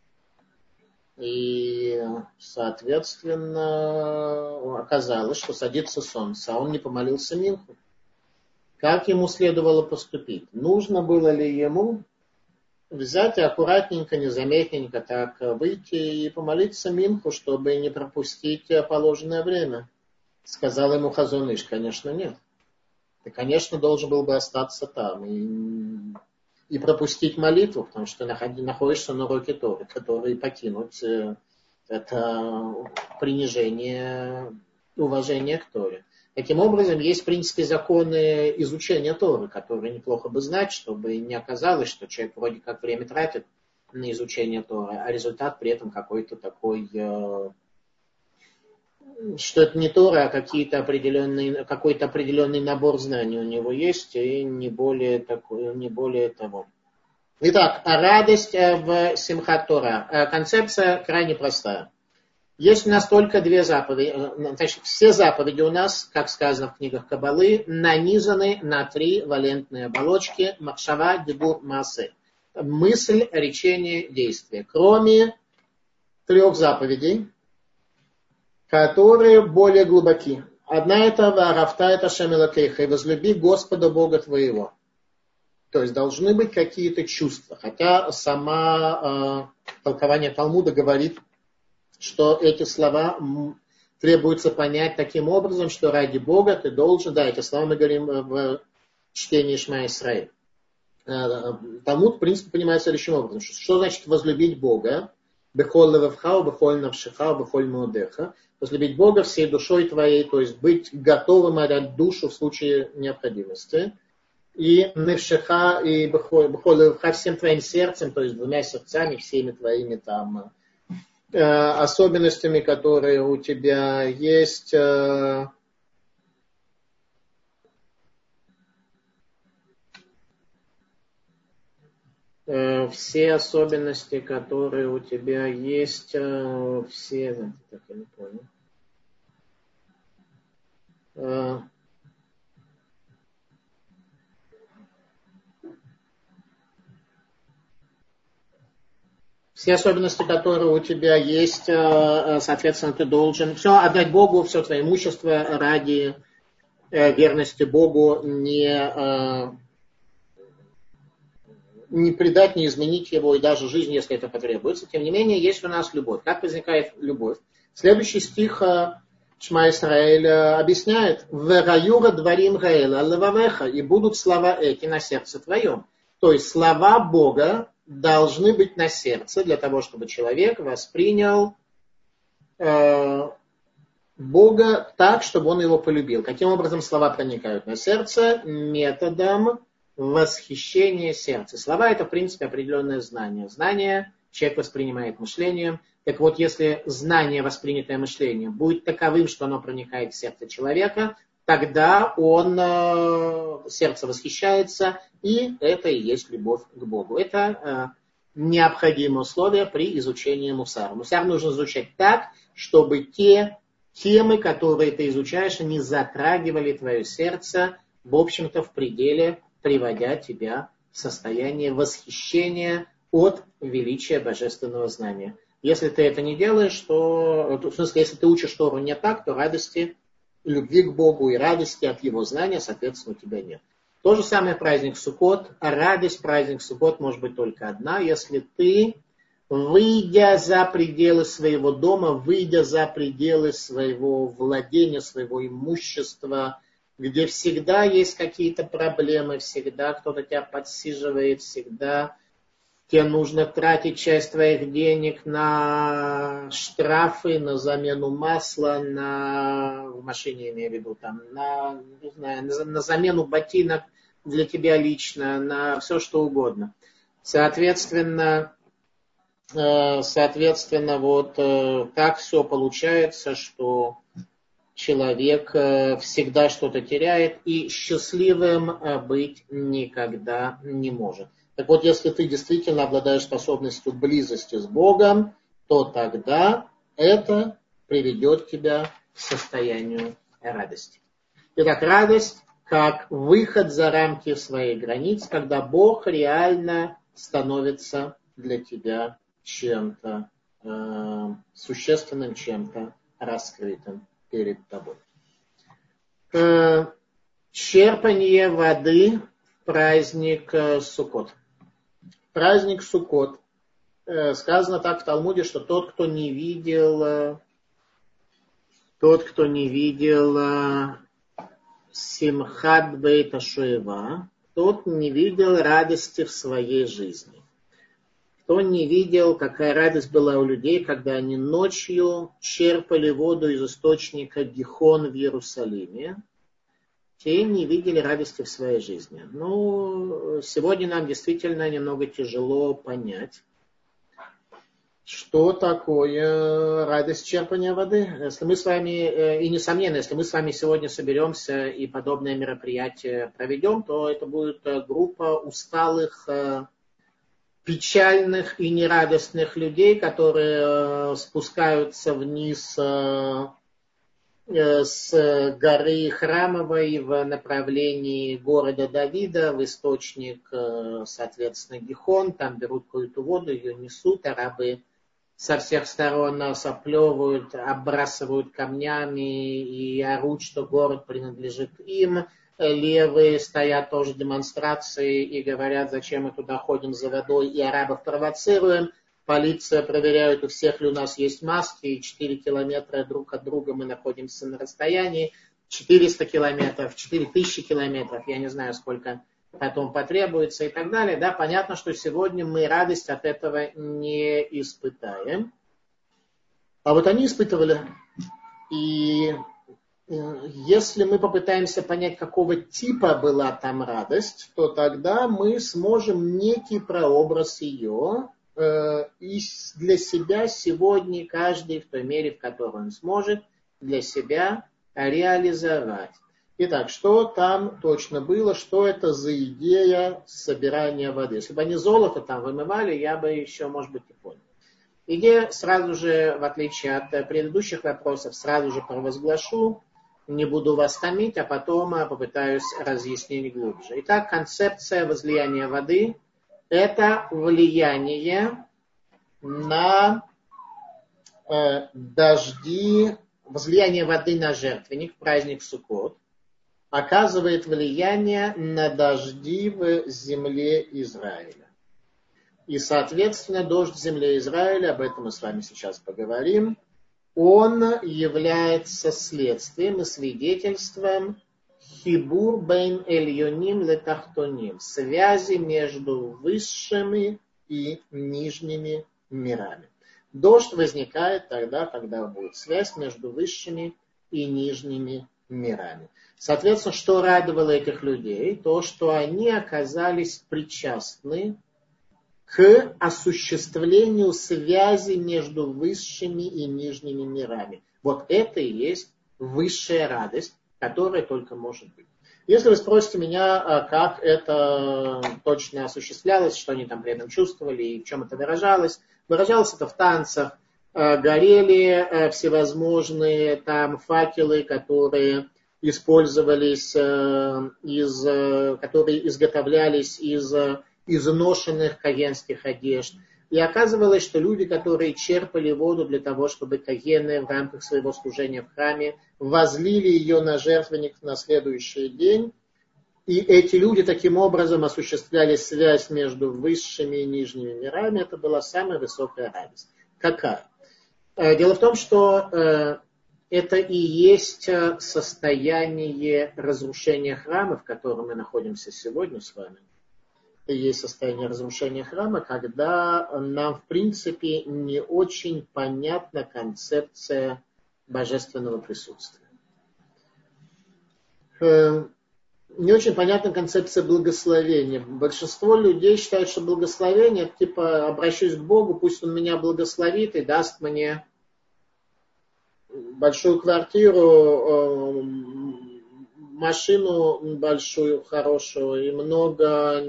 И, соответственно, оказалось, что садится солнце, а он не помолился минху. Как ему следовало поступить? Нужно было ли ему взять и аккуратненько, незаметненько так выйти и помолиться минху, чтобы не пропустить положенное время? Сказал ему Хазон Иш: конечно, нет. Ты, конечно, должен был бы остаться там и пропустить молитву, потому что находишься на уроке Торы, который покинуть это принижение уважения к Торе. Таким образом, есть, в принципе, законы изучения Торы, которые неплохо бы знать, чтобы не оказалось, что человек вроде как время тратит на изучение Торы, а результат при этом какой-то такой, что это не Тора, а какой-то определенный набор знаний у него есть, и не более того. Итак, радость в Симхат Тора. Концепция крайне простая. Есть у нас только две заповеди. Значит, все заповеди у нас, как сказано в книгах Каббалы, нанизаны на три валентные оболочки: махшава, дибур, маасе. Мысль, речение, действие. Кроме трех заповедей, которые более глубоки. Одна это варафта это Ашем Элокейха, и возлюби Господа Бога твоего. То есть должны быть какие-то чувства. Хотя толкование Талмуда говорит, что эти слова требуется понять таким образом, что ради Бога ты должен, да, эти слова мы говорим в чтении Шма Исраэль. Талмуд, в принципе, понимает следующим образом. Что значит возлюбить Бога? Бехоль левавха, бехоль навшиха, бехоль маодеха. Возлюбить Бога всей душой твоей, то есть быть готовым отдать душу в случае необходимости. И навшиха, и бехоль левавха всем твоим сердцем, то есть двумя сердцами, всеми твоими там особенностями, которые у тебя есть. Все особенности, которые у тебя есть, все, так я не понял. Все особенности, которые у тебя есть, соответственно, ты должен все отдать Богу, все твое имущество ради верности Богу, не предать, не изменить его, и даже жизнь, если это потребуется. Тем не менее, есть у нас любовь. Как возникает любовь? Следующий стих Шма Исраэль объясняет: «Вераюра дворим гаэла левавеха», и будут слова эти на сердце твоем. То есть слова Бога должны быть на сердце для того, чтобы человек воспринял Бога так, чтобы он его полюбил. Каким образом слова проникают на сердце? Методом восхищения сердца. Слова — это, в принципе, определенное знание. Знание человек воспринимает мышлением. Так вот, если знание, воспринятое мышлением, будет таковым, что оно проникает в сердце человека, тогда сердце восхищается, и это и есть любовь к Богу. Это необходимое условие при изучении мусара. Мусар нужно изучать так, чтобы те темы, которые ты изучаешь, не затрагивали твое сердце, в общем-то, в пределе, приводя тебя в состояние восхищения от величия божественного знания. Если ты это не делаешь, в смысле, если ты учишь Тору не так, то радости, любви к Богу и радости от Его знания, соответственно, у тебя нет. То же самое праздник Суккот. А радость праздник Суккот может быть только одна, если ты, выйдя за пределы своего дома, выйдя за пределы своего владения, своего имущества, где всегда есть какие-то проблемы, всегда кто-то тебя подсиживает, всегда тебе нужно тратить часть твоих денег на штрафы, на замену масла, в машине имею в виду, на замену ботинок для тебя лично, на все что угодно. Соответственно, вот так все получается, что человек всегда что-то теряет и счастливым быть никогда не может. Так вот, если ты действительно обладаешь способностью близости с Богом, то тогда это приведет тебя к состоянию радости. Итак, радость как выход за рамки своих границ, когда Бог реально становится для тебя чем-то существенным, чем-то раскрытым перед тобой. Черпание воды, праздник Суккот. Праздник Суккот. Сказано так в Талмуде, что тот, кто не видел Симхат Бейта Шуева, тот не видел радости в своей жизни. Кто не видел, какая радость была у людей, когда они ночью черпали воду из источника Гихон в Иерусалиме, те не видели радости в своей жизни. Ну, сегодня нам действительно немного тяжело понять, что такое радость черпания воды. Если мы с вами, и несомненно, если мы с вами сегодня соберемся и подобное мероприятие проведем, то это будет группа усталых, печальных и нерадостных людей, которые спускаются вниз с горы Храмовой в направлении города Давида, в источник, соответственно, Гихон, там берут какую-то воду, ее несут, арабы со всех сторон нас оплевывают, оббрасывают камнями и орут, что город принадлежит им. Левые стоят тоже демонстрации и говорят, зачем мы туда ходим за водой, и арабов провоцируем. Полиция проверяет, у всех ли у нас есть маски, и 4 километра друг от друга мы находимся на расстоянии. 400 километров, 4000 километров, я не знаю, сколько потом потребуется и так далее. Да, понятно, что сегодня мы радость от этого не испытаем. А вот они испытывали. И если мы попытаемся понять, какого типа была там радость, то тогда мы сможем некий прообраз ее и для себя сегодня каждый в той мере, в которой он сможет, для себя реализовать. Итак, что там точно было, что это за идея собирания воды? Если бы они золото там вымывали, я бы еще, может быть, и понял. Идея сразу же, в отличие от предыдущих вопросов, сразу же провозглашу, не буду вас томить, а потом попытаюсь разъяснить глубже. Итак, концепция возлияния воды – это влияние на дожди, возлияние воды на жертвенник, праздник Суккот, оказывает влияние на дожди в земле Израиля. И, соответственно, дождь в земле Израиля, об этом мы с вами сейчас поговорим, он является следствием и свидетельством хибур бейн эльоним летахтоним, связи между высшими и нижними мирами. Дождь возникает тогда, когда будет связь между высшими и нижними мирами. Соответственно, что радовало этих людей? То, что они оказались причастны к осуществлению связи между высшими и нижними мирами. Вот это и есть высшая радость, которая только может быть. Если вы спросите меня, как это точно осуществлялось, что они там при этом чувствовали и в чем это выражалось, выражалось это в танцах, горели всевозможные там факелы, которые использовались, которые изготовлялись из изношенных каенских одежд. И оказывалось, что люди, которые черпали воду для того, чтобы каены в рамках своего служения в храме возлили ее на жертвенник на следующий день, и эти люди таким образом осуществляли связь между высшими и нижними мирами, это была самая высокая радость. Какая? Дело в том, что это и есть состояние разрушения храма, в котором мы находимся сегодня с вами. Это и есть состояние разрушения храма, когда нам, в принципе, не очень понятна концепция божественного присутствия. Не очень понятна концепция благословения. Большинство людей считают, что благословение, это типа обращусь к Богу, пусть Он меня благословит и даст мне большую квартиру, машину большую, хорошую и много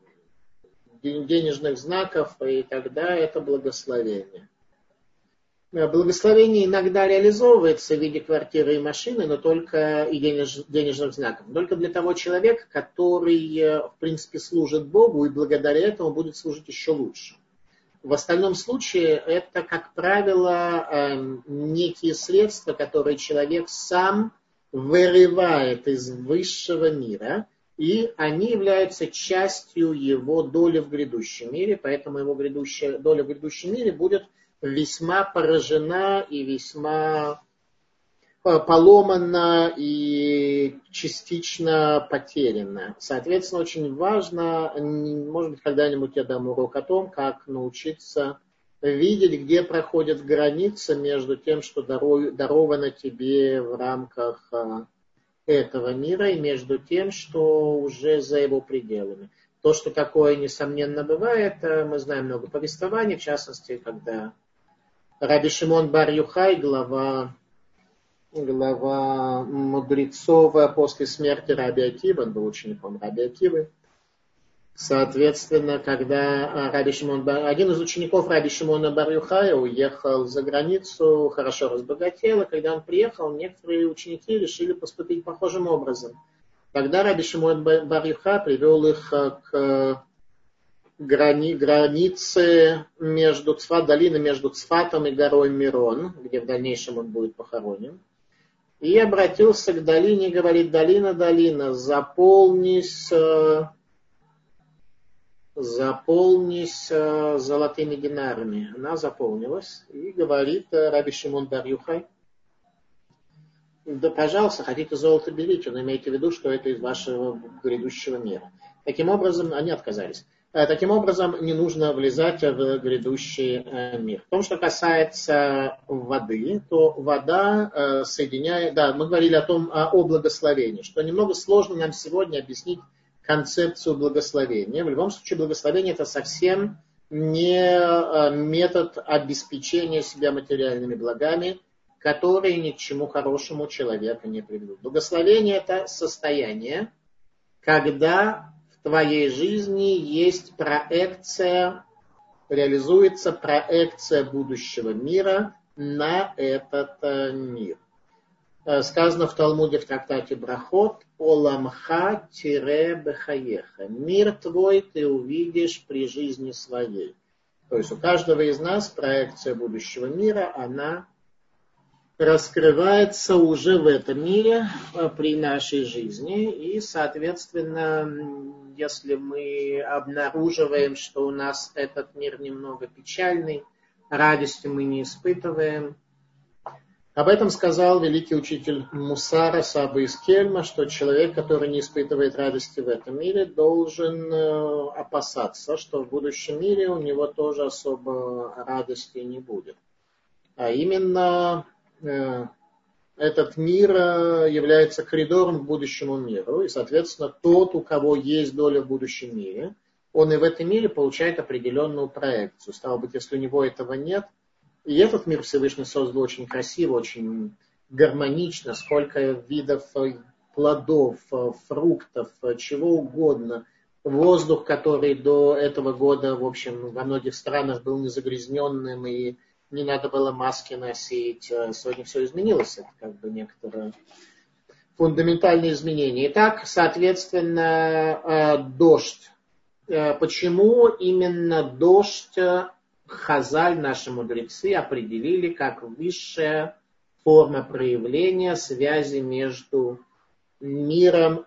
денежных знаков, и тогда это благословение. Благословение иногда реализовывается в виде квартиры и машины, но только и денежных знаков. Только для того человека, который, в принципе, служит Богу и благодаря этому будет служить еще лучше. В остальном случае это, как правило, некие средства, которые человек сам вырывает из высшего мира, и они являются частью его доли в грядущем мире, поэтому его доля в грядущем мире будет весьма поражена и весьма поломана и частично потеряна. Соответственно, очень важно, может быть, когда-нибудь я дам урок о том, как научиться видеть, где проходит граница между тем, что даровано тебе в рамках этого мира, и между тем, что уже за его пределами. То, что такое, несомненно, бывает, мы знаем много повествований, в частности, когда Раби Шимон бар Юхай, глава мудрецов после смерти Раби Акивы, он был учеником Раби Акивы. Соответственно, когда один из учеников Раби Шимона бар Юхая уехал за границу, хорошо разбогател, и когда он приехал, некоторые ученики решили поступить похожим образом. Тогда Раби Шимон бар Юхай привел их к границе долины между Цфатом и горой Мирон, где в дальнейшем он будет похоронен. И обратился к долине и говорит: долина, долина, заполнись золотыми динарами. Она заполнилась. И говорит Раби Шимон бар Юхай: да, пожалуйста, хотите золото берите, но имейте в виду, что это из вашего грядущего мира. Таким образом, они отказались. Таким образом, не нужно влезать в грядущий мир. В том, что касается воды, то вода соединяет... Да, мы говорили о благословении, что немного сложно нам сегодня объяснить концепцию благословения. В любом случае, благословение – это совсем не метод обеспечения себя материальными благами, которые ни к чему хорошему человека не приведут. Благословение – это состояние, когда в твоей жизни есть проекция, реализуется проекция будущего мира на этот мир. Сказано в Талмуде в трактате Брахот: «Оламха тире бехаеха». Мир твой ты увидишь при жизни своей. То есть у каждого из нас проекция будущего мира, она раскрывается уже в этом мире при нашей жизни. И, соответственно, если мы обнаруживаем, что у нас этот мир немного печальный, радости мы не испытываем. Об этом сказал великий учитель Мусара Саба из Кельма, что человек, который не испытывает радости в этом мире, должен опасаться, что в будущем мире у него тоже особо радости не будет. А именно этот мир является коридором к будущему миру, и, соответственно, тот, у кого есть доля в будущем мире, он и в этом мире получает определенную проекцию. Стало быть, если у него этого нет, и этот мир Всевышний создал очень красиво, очень гармонично, сколько видов плодов, фруктов, чего угодно. Воздух, который до этого года, в общем, во многих странах был незагрязненным, и не надо было маски носить. Сегодня все изменилось. Это как бы некоторые фундаментальные изменения. Итак, соответственно, дождь. Почему именно дождь Хазаль, наши мудрецы, определили как высшая форма проявления связи между миром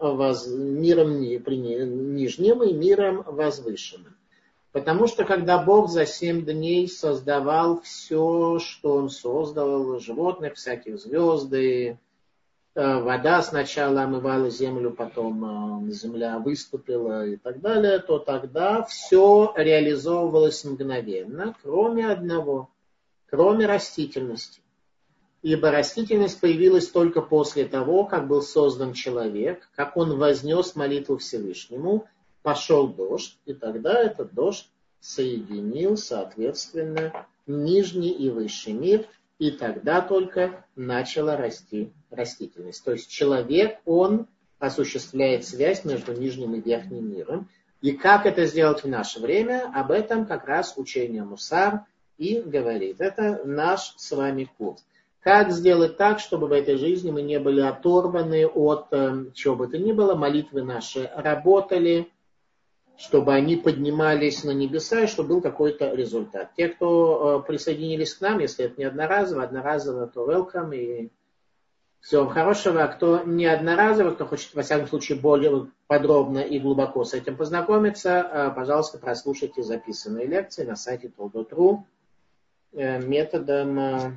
нижним и миром возвышенным? Потому что когда Бог за 7 дней создавал все, что Он создал, животных, всяких звезды, вода сначала омывала землю, потом земля выступила и так далее, то тогда все реализовывалось мгновенно, кроме одного, кроме растительности. Ибо растительность появилась только после того, как был создан человек, как он вознес молитву Всевышнему, пошел дождь, и тогда этот дождь соединил, соответственно, нижний и высший мир, и тогда только начала расти растительность. То есть человек, он осуществляет связь между нижним и верхним миром. И как это сделать в наше время, об этом как раз учение Мусар и говорит. Это наш с вами курс. Как сделать так, чтобы в этой жизни мы не были оторваны от чего бы то ни было, молитвы наши работали, чтобы они поднимались на небеса, и чтобы был какой-то результат. Те, кто присоединились к нам, если это не одноразово, то welcome, и всего хорошего. А кто не одноразово, кто хочет, во всяком случае, более подробно и глубоко с этим познакомиться, пожалуйста, прослушайте записанные лекции на сайте Толдот.ру методом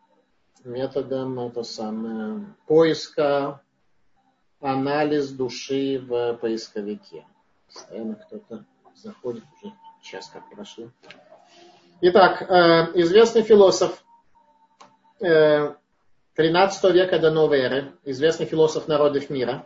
поиска, анализ души в поисковике. Постоянно кто-то заходит, уже час как прошел. Итак, известный философ 13 века до новой эры, известный философ народов мира,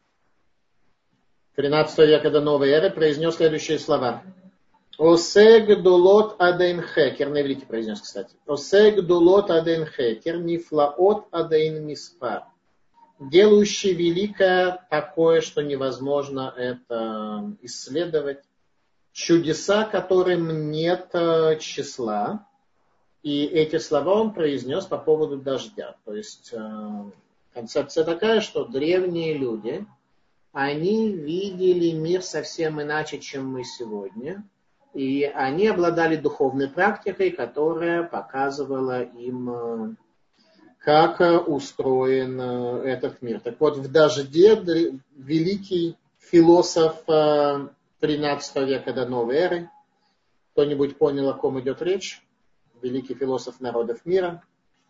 13 века до новой эры произнес следующие слова. Осег дулот адейн хекер, на иврите произнес, кстати. Осег дулот адейн хекер, нифлаот адейн миспар. Делающий великое такое, что невозможно это исследовать. Чудеса, которым нет числа. И эти слова он произнес по поводу дождя. То есть концепция такая, что древние люди, они видели мир совсем иначе, чем мы сегодня. И они обладали духовной практикой, которая показывала им, как устроен этот мир. Так вот, в дожде великий философ 13 века до новой эры, кто-нибудь понял, о ком идет речь? Великий философ народов мира.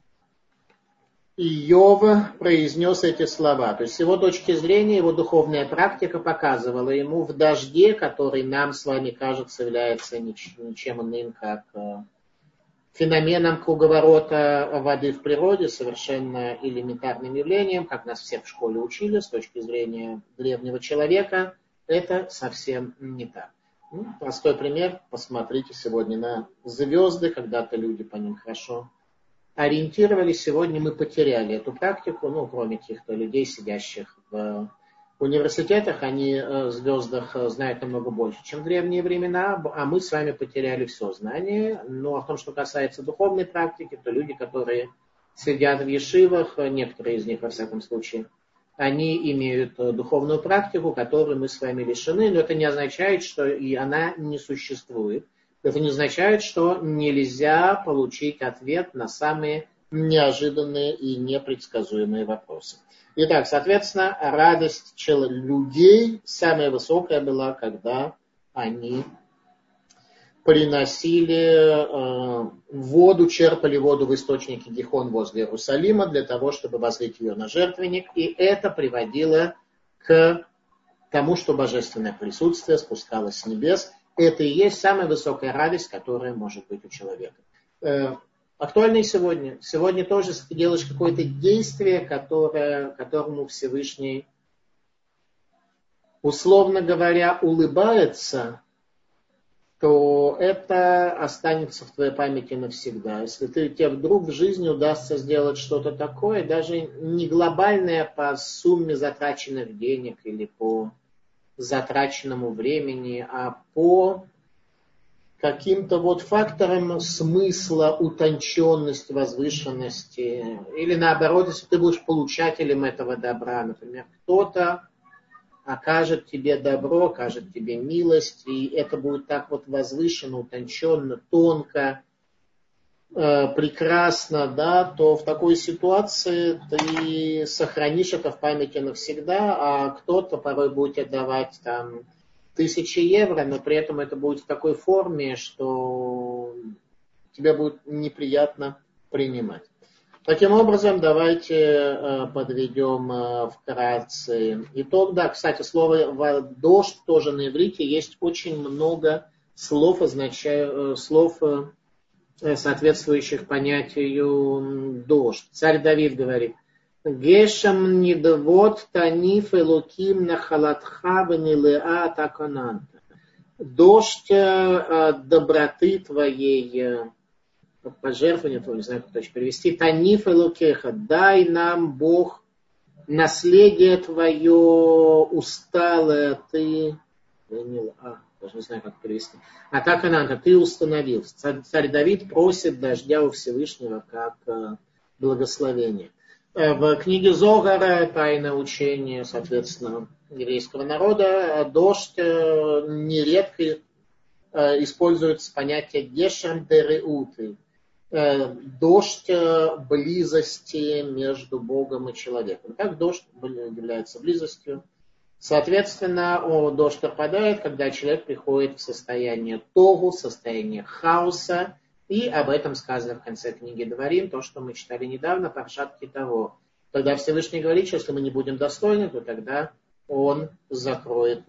Иов произнес эти слова. То есть с его точки зрения, его духовная практика показывала ему в дожде, который нам с вами, кажется, является ничем иным, как феноменом круговорота воды в природе, совершенно элементарным явлением, как нас всех в школе учили, с точки зрения древнего человека, это совсем не так. Простой пример. Посмотрите сегодня на звезды. Когда-то люди по ним хорошо ориентировались. Сегодня мы потеряли эту практику. Кроме каких-то людей, сидящих в университетах, они о звездах знают намного больше, чем в древние времена. А мы с вами потеряли все знание. Но в том, что касается духовной практики, то люди, которые сидят в ешивах, некоторые из них, во всяком случае, они имеют духовную практику, которой мы с вами лишены, но это не означает, что и она не существует. Это не означает, что нельзя получить ответ на самые неожиданные и непредсказуемые вопросы. Итак, соответственно, радость людей самая высокая была, когда они приносили воду, черпали воду в источнике Гихон возле Иерусалима для того, чтобы возлить ее на жертвенник. И это приводило к тому, что божественное присутствие спускалось с небес. Это и есть самая высокая радость, которая может быть у человека. Актуально и сегодня. Сегодня тоже, если ты делаешь какое-то действие, которому Всевышний, условно говоря, улыбается, то это останется в твоей памяти навсегда. Если тебе вдруг в жизни удастся сделать что-то такое, даже не глобальное по сумме затраченных денег или по затраченному времени, а по каким-то факторам смысла, утонченности, возвышенности, или наоборот, если ты будешь получателем этого добра, например, кто-то окажет тебе добро, окажет тебе милость, и это будет так возвышенно, утонченно, тонко, прекрасно, то в такой ситуации ты сохранишь это в памяти навсегда, а кто-то порой будет тебе давать 1000 евро, но при этом это будет в такой форме, что тебе будет неприятно принимать. Таким образом, давайте подведем вкратце итог. Да, кстати, слово «дождь» тоже на иврите есть очень много слов, соответствующих понятию «дождь». Царь Давид говорит: «Гешам нидвот таниф элуким нахалатха венилеа таконанта». Дождь доброты твоей, пожертвование, не знаю, как точно перевести, таниф элукеха, дай нам, Бог, наследие твое усталое, ты, даже не знаю, как перевести. Атака Нанта, ты установил. Царь Давид просит дождя у Всевышнего как благословение. В книге Зогара «Тайное учение», соответственно, еврейского народа, дождь нередко используется понятие «гешем дереуты», дождь близости между Богом и человеком. Как дождь является близостью? Соответственно, дождь пропадает, когда человек приходит в состояние тогу, в состояние хаоса, и об этом сказано в конце книги Дворим, то, что мы читали недавно, паршат Ки-Таро. Когда Всевышний говорит, что если мы не будем достойны, то тогда Он закроет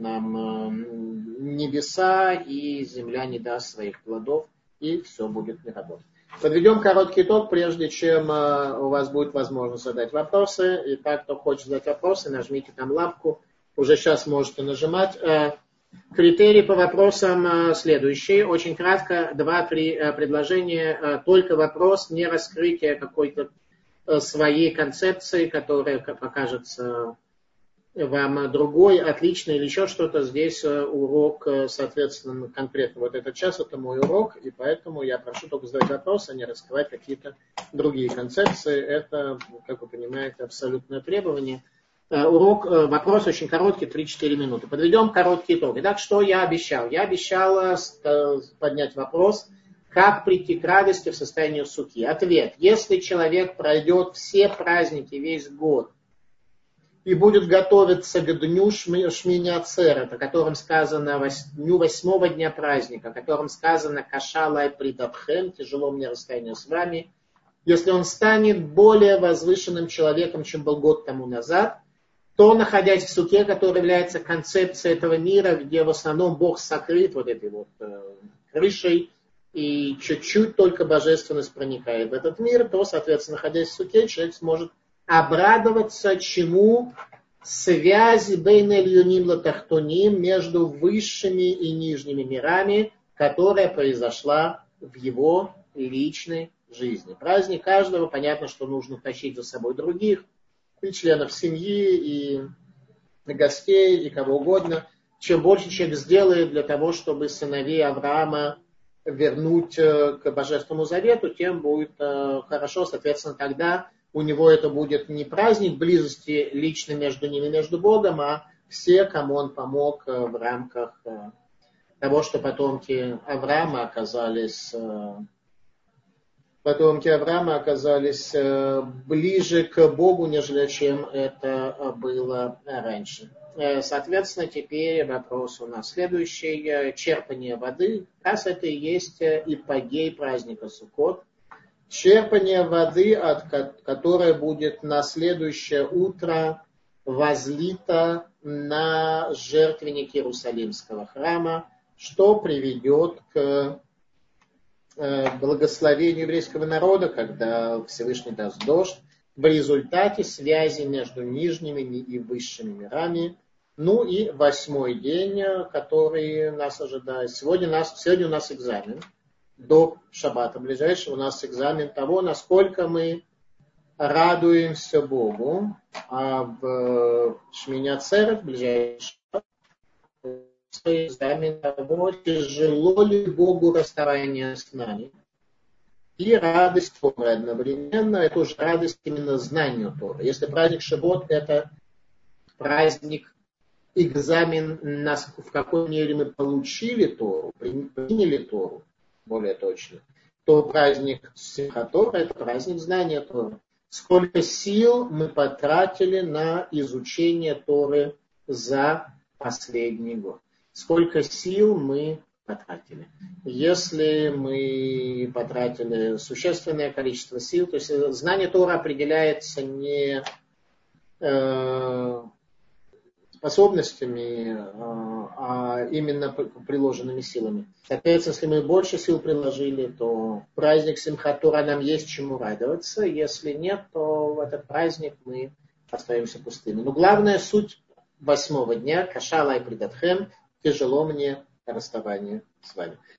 нам небеса, и земля не даст своих плодов, и все будет не работать. Подведем короткий итог, прежде чем у вас будет возможность задать вопросы. Итак, кто хочет задать вопросы, нажмите там лапку. Уже сейчас можете нажимать. Критерии по вопросам следующие. Очень кратко, 2-3 предложения. Только вопрос, не раскрытие какой-то своей концепции, которая покажется вам другой, отличный или еще что-то. Здесь урок, соответственно, конкретно вот этот час, это мой урок, и поэтому я прошу только задать вопросы, а не раскрывать какие-то другие концепции. Это, как вы понимаете, абсолютное требование. Вопрос очень короткий, 3-4 минуты. Подведем короткий итог. Итак, что я обещал? Я обещал поднять вопрос, как прийти к радости в состоянии суки. Ответ. Если человек пройдет все праздники весь год и будет готовиться к дню Шмини Ацерет, о котором сказано дню 8-го дня праздника, о котором сказано Кашалай Придабхем, тяжело мне расстояние с вами, если он станет более возвышенным человеком, чем был год тому назад, то, находясь в суке, которая является концепцией этого мира, где в основном Бог сокрыт вот этой вот крышей, и чуть-чуть только божественность проникает в этот мир, то, соответственно, находясь в суке, человек сможет обрадоваться чему? Связи бейн-эль-юним ла-тахтоним между высшими и нижними мирами, которая произошла в его личной жизни. Праздник каждого, понятно, что нужно тащить за собой других, и членов семьи, и гостей, и кого угодно. Чем больше человек сделает для того, чтобы сыновей Авраама вернуть к Божественному Завету, тем будет хорошо. Соответственно, тогда у него это будет не праздник близости лично между ними, между Богом, а все, кому он помог в рамках того, что потомки Авраама оказались ближе к Богу, нежели чем это было раньше. Соответственно, теперь вопрос у нас следующий. Черпание воды. Раз это и есть ипогей праздника Суккот. Черпание воды, которое будет на следующее утро возлито на жертвенник Иерусалимского храма, что приведет к благословению еврейского народа, когда Всевышний даст дождь, в результате связи между нижними и высшими мирами. Ну и 8-й день, который нас ожидает. Сегодня у нас экзамен. До шаббата ближайшего у нас экзамен того, насколько мы радуемся Богу. А в Шмини Ацерет ближайший экзамен того, тяжело ли Богу расставание с нами. И радость Торы одновременно, это уже радость именно знанию Торы. Если праздник Шаббот, это праздник, экзамен, в какой мере мы получили Тору, приняли Тору, более точно, то праздник Симхат Тора – это праздник знания Торы. Сколько сил мы потратили на изучение Торы за последний год. Сколько сил мы потратили. Если мы потратили существенное количество сил, то есть знание Торы определяется не способностями, а именно приложенными силами. Соответственно, если мы больше сил приложили, то праздник Симхат Тора нам есть чему радоваться. Если нет, то в этот праздник мы остаемся пустыми. Но главная суть 8-го дня, Кашалай Придатхем, тяжело мне расставание с вами.